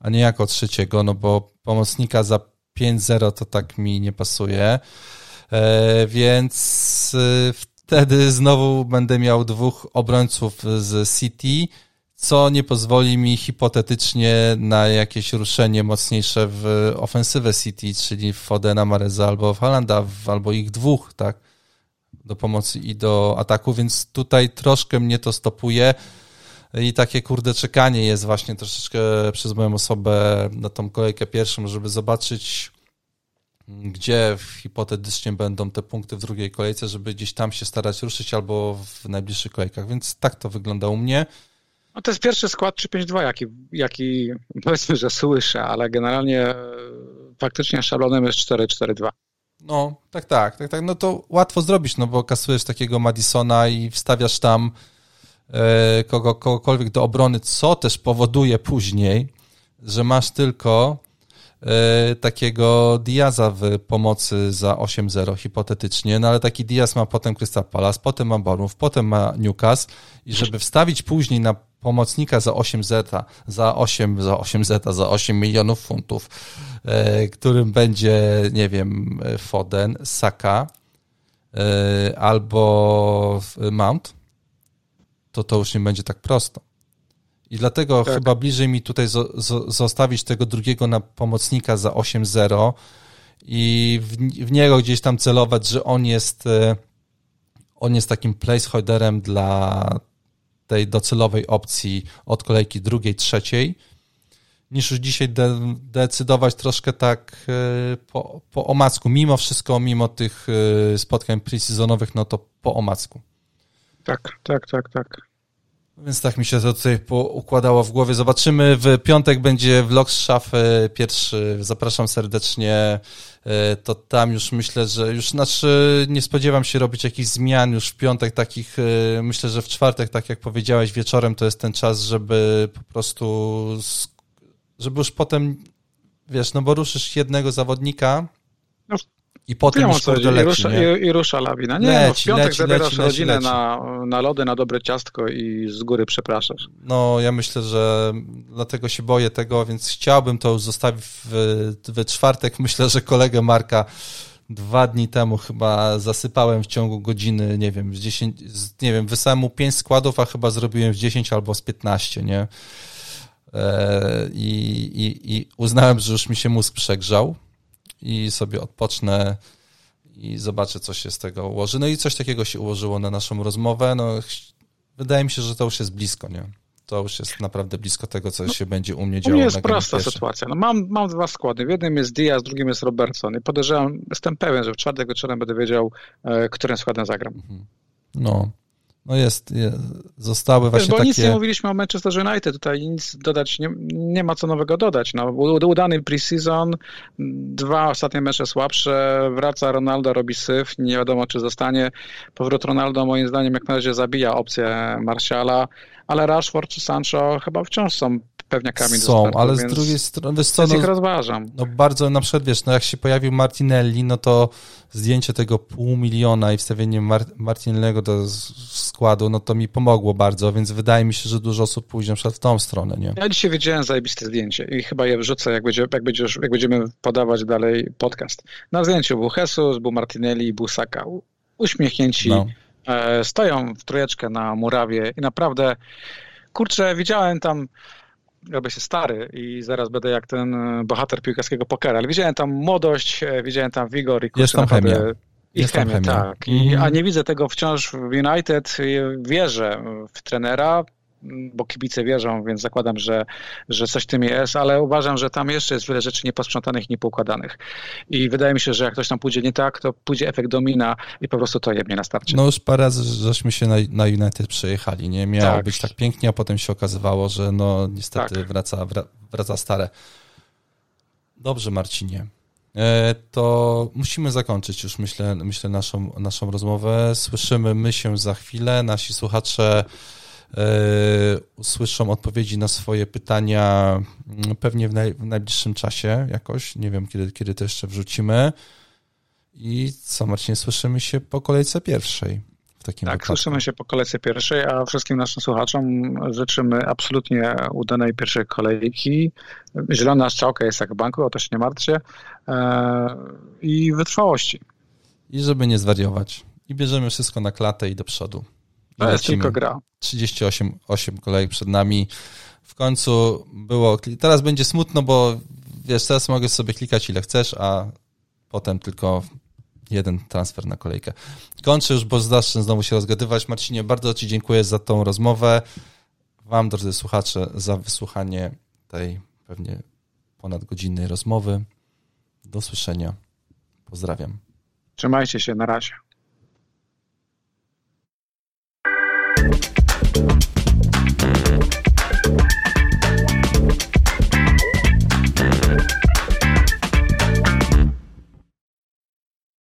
a nie jako trzeciego, no bo pomocnika za pięć zero to tak mi nie pasuje, e, więc e, wtedy znowu będę miał dwóch obrońców z City, co nie pozwoli mi hipotetycznie na jakieś ruszenie mocniejsze w ofensywę City, czyli w Fodena, Mareza albo w Haalanda, albo ich dwóch, tak, do pomocy i do ataku, więc tutaj troszkę mnie to stopuje i takie kurde czekanie jest właśnie troszeczkę przez moją osobę na tą kolejkę pierwszą, żeby zobaczyć, gdzie hipotetycznie będą te punkty w drugiej kolejce, żeby gdzieś tam się starać ruszyć albo w najbliższych kolejkach, więc tak to wygląda u mnie.
No to jest pierwszy skład trzy pięć dwa, jaki, jaki powiedzmy, że słyszę, ale generalnie faktycznie szablonem jest cztery cztery dwa.
No, tak, tak, tak, tak. No to łatwo zrobić, no bo kasujesz takiego Madisona i wstawiasz tam e, kogo, kogokolwiek do obrony, co też powoduje później, że masz tylko e, takiego Diaza w pomocy za osiem zero hipotetycznie, no ale taki Diaz ma potem Crystal Palace, potem ma Bournemouth, potem ma Newcastle i żeby wstawić później na pomocnika za osiem zeta, za osiem, za osiem zeta, za osiem milionów funtów, e, którym będzie, nie wiem, Foden, Saka e, albo Mount, to to już nie będzie tak prosto. I dlatego tak. chyba bliżej mi tutaj zo, zo, zostawić tego drugiego na pomocnika za osiem zero i w, w niego gdzieś tam celować, że on jest on jest takim placeholderem dla tej docelowej opcji od kolejki drugiej, trzeciej, niż już dzisiaj de- decydować troszkę tak po, po omacku. Mimo wszystko, mimo tych spotkań pre-seasonowych, no to po omacku.
Tak, tak, tak, tak.
Więc tak mi się to tutaj układało w głowie. Zobaczymy. W piątek będzie vlog z szafy pierwszy. Zapraszam serdecznie. To tam już myślę, że już znaczy nie spodziewam się robić jakichś zmian już w piątek takich. Myślę, że w czwartek, tak jak powiedziałeś, wieczorem to jest ten czas, żeby po prostu, żeby już potem, wiesz, no bo ruszysz jednego zawodnika no. I potem
Wiem,
już kurde
i,
leci,
rusza,
nie?
I, i rusza lawina. Nie,
leci,
no, w piątek
leci,
zabierasz
leci,
rodzinę
leci.
Na, na lody, na dobre ciastko i z góry przepraszasz.
No, ja myślę, że dlatego się boję tego, więc chciałbym to już zostawić w, w czwartek. Myślę, że kolegę Marka dwa dni temu chyba zasypałem w ciągu godziny, nie wiem, z dziesięć, z, nie wiem, wysłałem mu pięć składów, a chyba zrobiłem z dziesięć albo z piętnaście, nie? E, i, i, I uznałem, że już mi się mózg przegrzał i sobie odpocznę i zobaczę, co się z tego ułoży. No i coś takiego się ułożyło na naszą rozmowę. No, wydaje mi się, że to już jest blisko, nie? To już jest naprawdę blisko tego, co no, się będzie u mnie działo.
U mnie jest prosta sytuacja. No, mam, mam dwa składy. W jednym jest Diaz, w drugim jest Robertson. I podejrzewam, jestem pewien, że w czwartek wieczorem będę wiedział, e, którym składem zagram. No.
No jest, jest zostały właśnie
bo
takie...
nic nie mówiliśmy o Manchester United, tutaj nic dodać, nie, nie ma co nowego dodać. No, udany pre-season, dwa ostatnie mecze słabsze, wraca Ronaldo, robi syf, nie wiadomo czy zostanie. Powrót Ronaldo moim zdaniem jak na razie zabija opcję Martiala, ale Rashford czy Sancho chyba wciąż są pewniakami
są,
do startu,
ale z drugiej strony, wiesz co, no,
ich rozważam.
No bardzo na przykład, wiesz, no jak się pojawił Martinelli, no to zdjęcie tego pół miliona i wstawienie Mar- Martinelliego do składu, no to mi pomogło bardzo, więc wydaje mi się, że dużo osób pójdzie na przykład w tą stronę, nie?
Ja dzisiaj widziałem zajebiste zdjęcie i chyba je wrzucę, jak, będzie, jak, będzie, jak będziemy podawać dalej podcast. Na zdjęciu był Jesus, był Martinelli i był Saka. Uśmiechnięci, no. e, stoją w trójeczkę na murawie i naprawdę, kurczę, widziałem tam, robię się stary i zaraz będę jak ten bohater piłkarskiego pokera, ale widziałem tam młodość, widziałem tam wigor i kurczę,
jest tam chemia.
I
jest
chemię,
chemia.
tak. I, mm. A nie widzę tego wciąż w United. Wierzę w trenera, bo kibice wierzą, więc zakładam, że, że coś w tym jest, ale uważam, że tam jeszcze jest wiele rzeczy nieposprzątanych, niepoukładanych. I wydaje mi się, że jak ktoś tam pójdzie nie tak, to pójdzie efekt domina i po prostu to jebnie na starcie.
No już parę razy żeśmy się na, na United przejechali, nie? Miało
tak.
być tak pięknie, a potem się okazywało, że no niestety tak. wraca, wraca stare. Dobrze, Marcinie. To musimy zakończyć już, myślę, myślę naszą, naszą rozmowę. Słyszymy my się za chwilę. Nasi słuchacze usłyszą odpowiedzi na swoje pytania pewnie w, naj, w najbliższym czasie jakoś. Nie wiem, kiedy, kiedy to jeszcze wrzucimy. I co, Marcinie, słyszymy się po kolejce pierwszej w takim
Tak,
wypadku.
słyszymy się po kolejce pierwszej, a wszystkim naszym słuchaczom życzymy absolutnie udanej pierwszej kolejki. Zielona strzałka jest jak w banku, o to się nie martwcie. I wytrwałości.
I żeby nie zwariować. I bierzemy wszystko na klatę i do przodu. I
to jest tylko gra.
trzydzieści osiem, osiem kolejek przed nami. W końcu było... Teraz będzie smutno, bo wiesz, teraz mogę sobie klikać ile chcesz, a potem tylko jeden transfer na kolejkę. Kończę już, bo zacznę znowu się rozgadywać. Marcinie, bardzo Ci dziękuję za tą rozmowę. Wam, drodzy słuchacze, za wysłuchanie tej pewnie ponadgodzinnej rozmowy. Do usłyszenia. Pozdrawiam.
Trzymajcie się, na razie.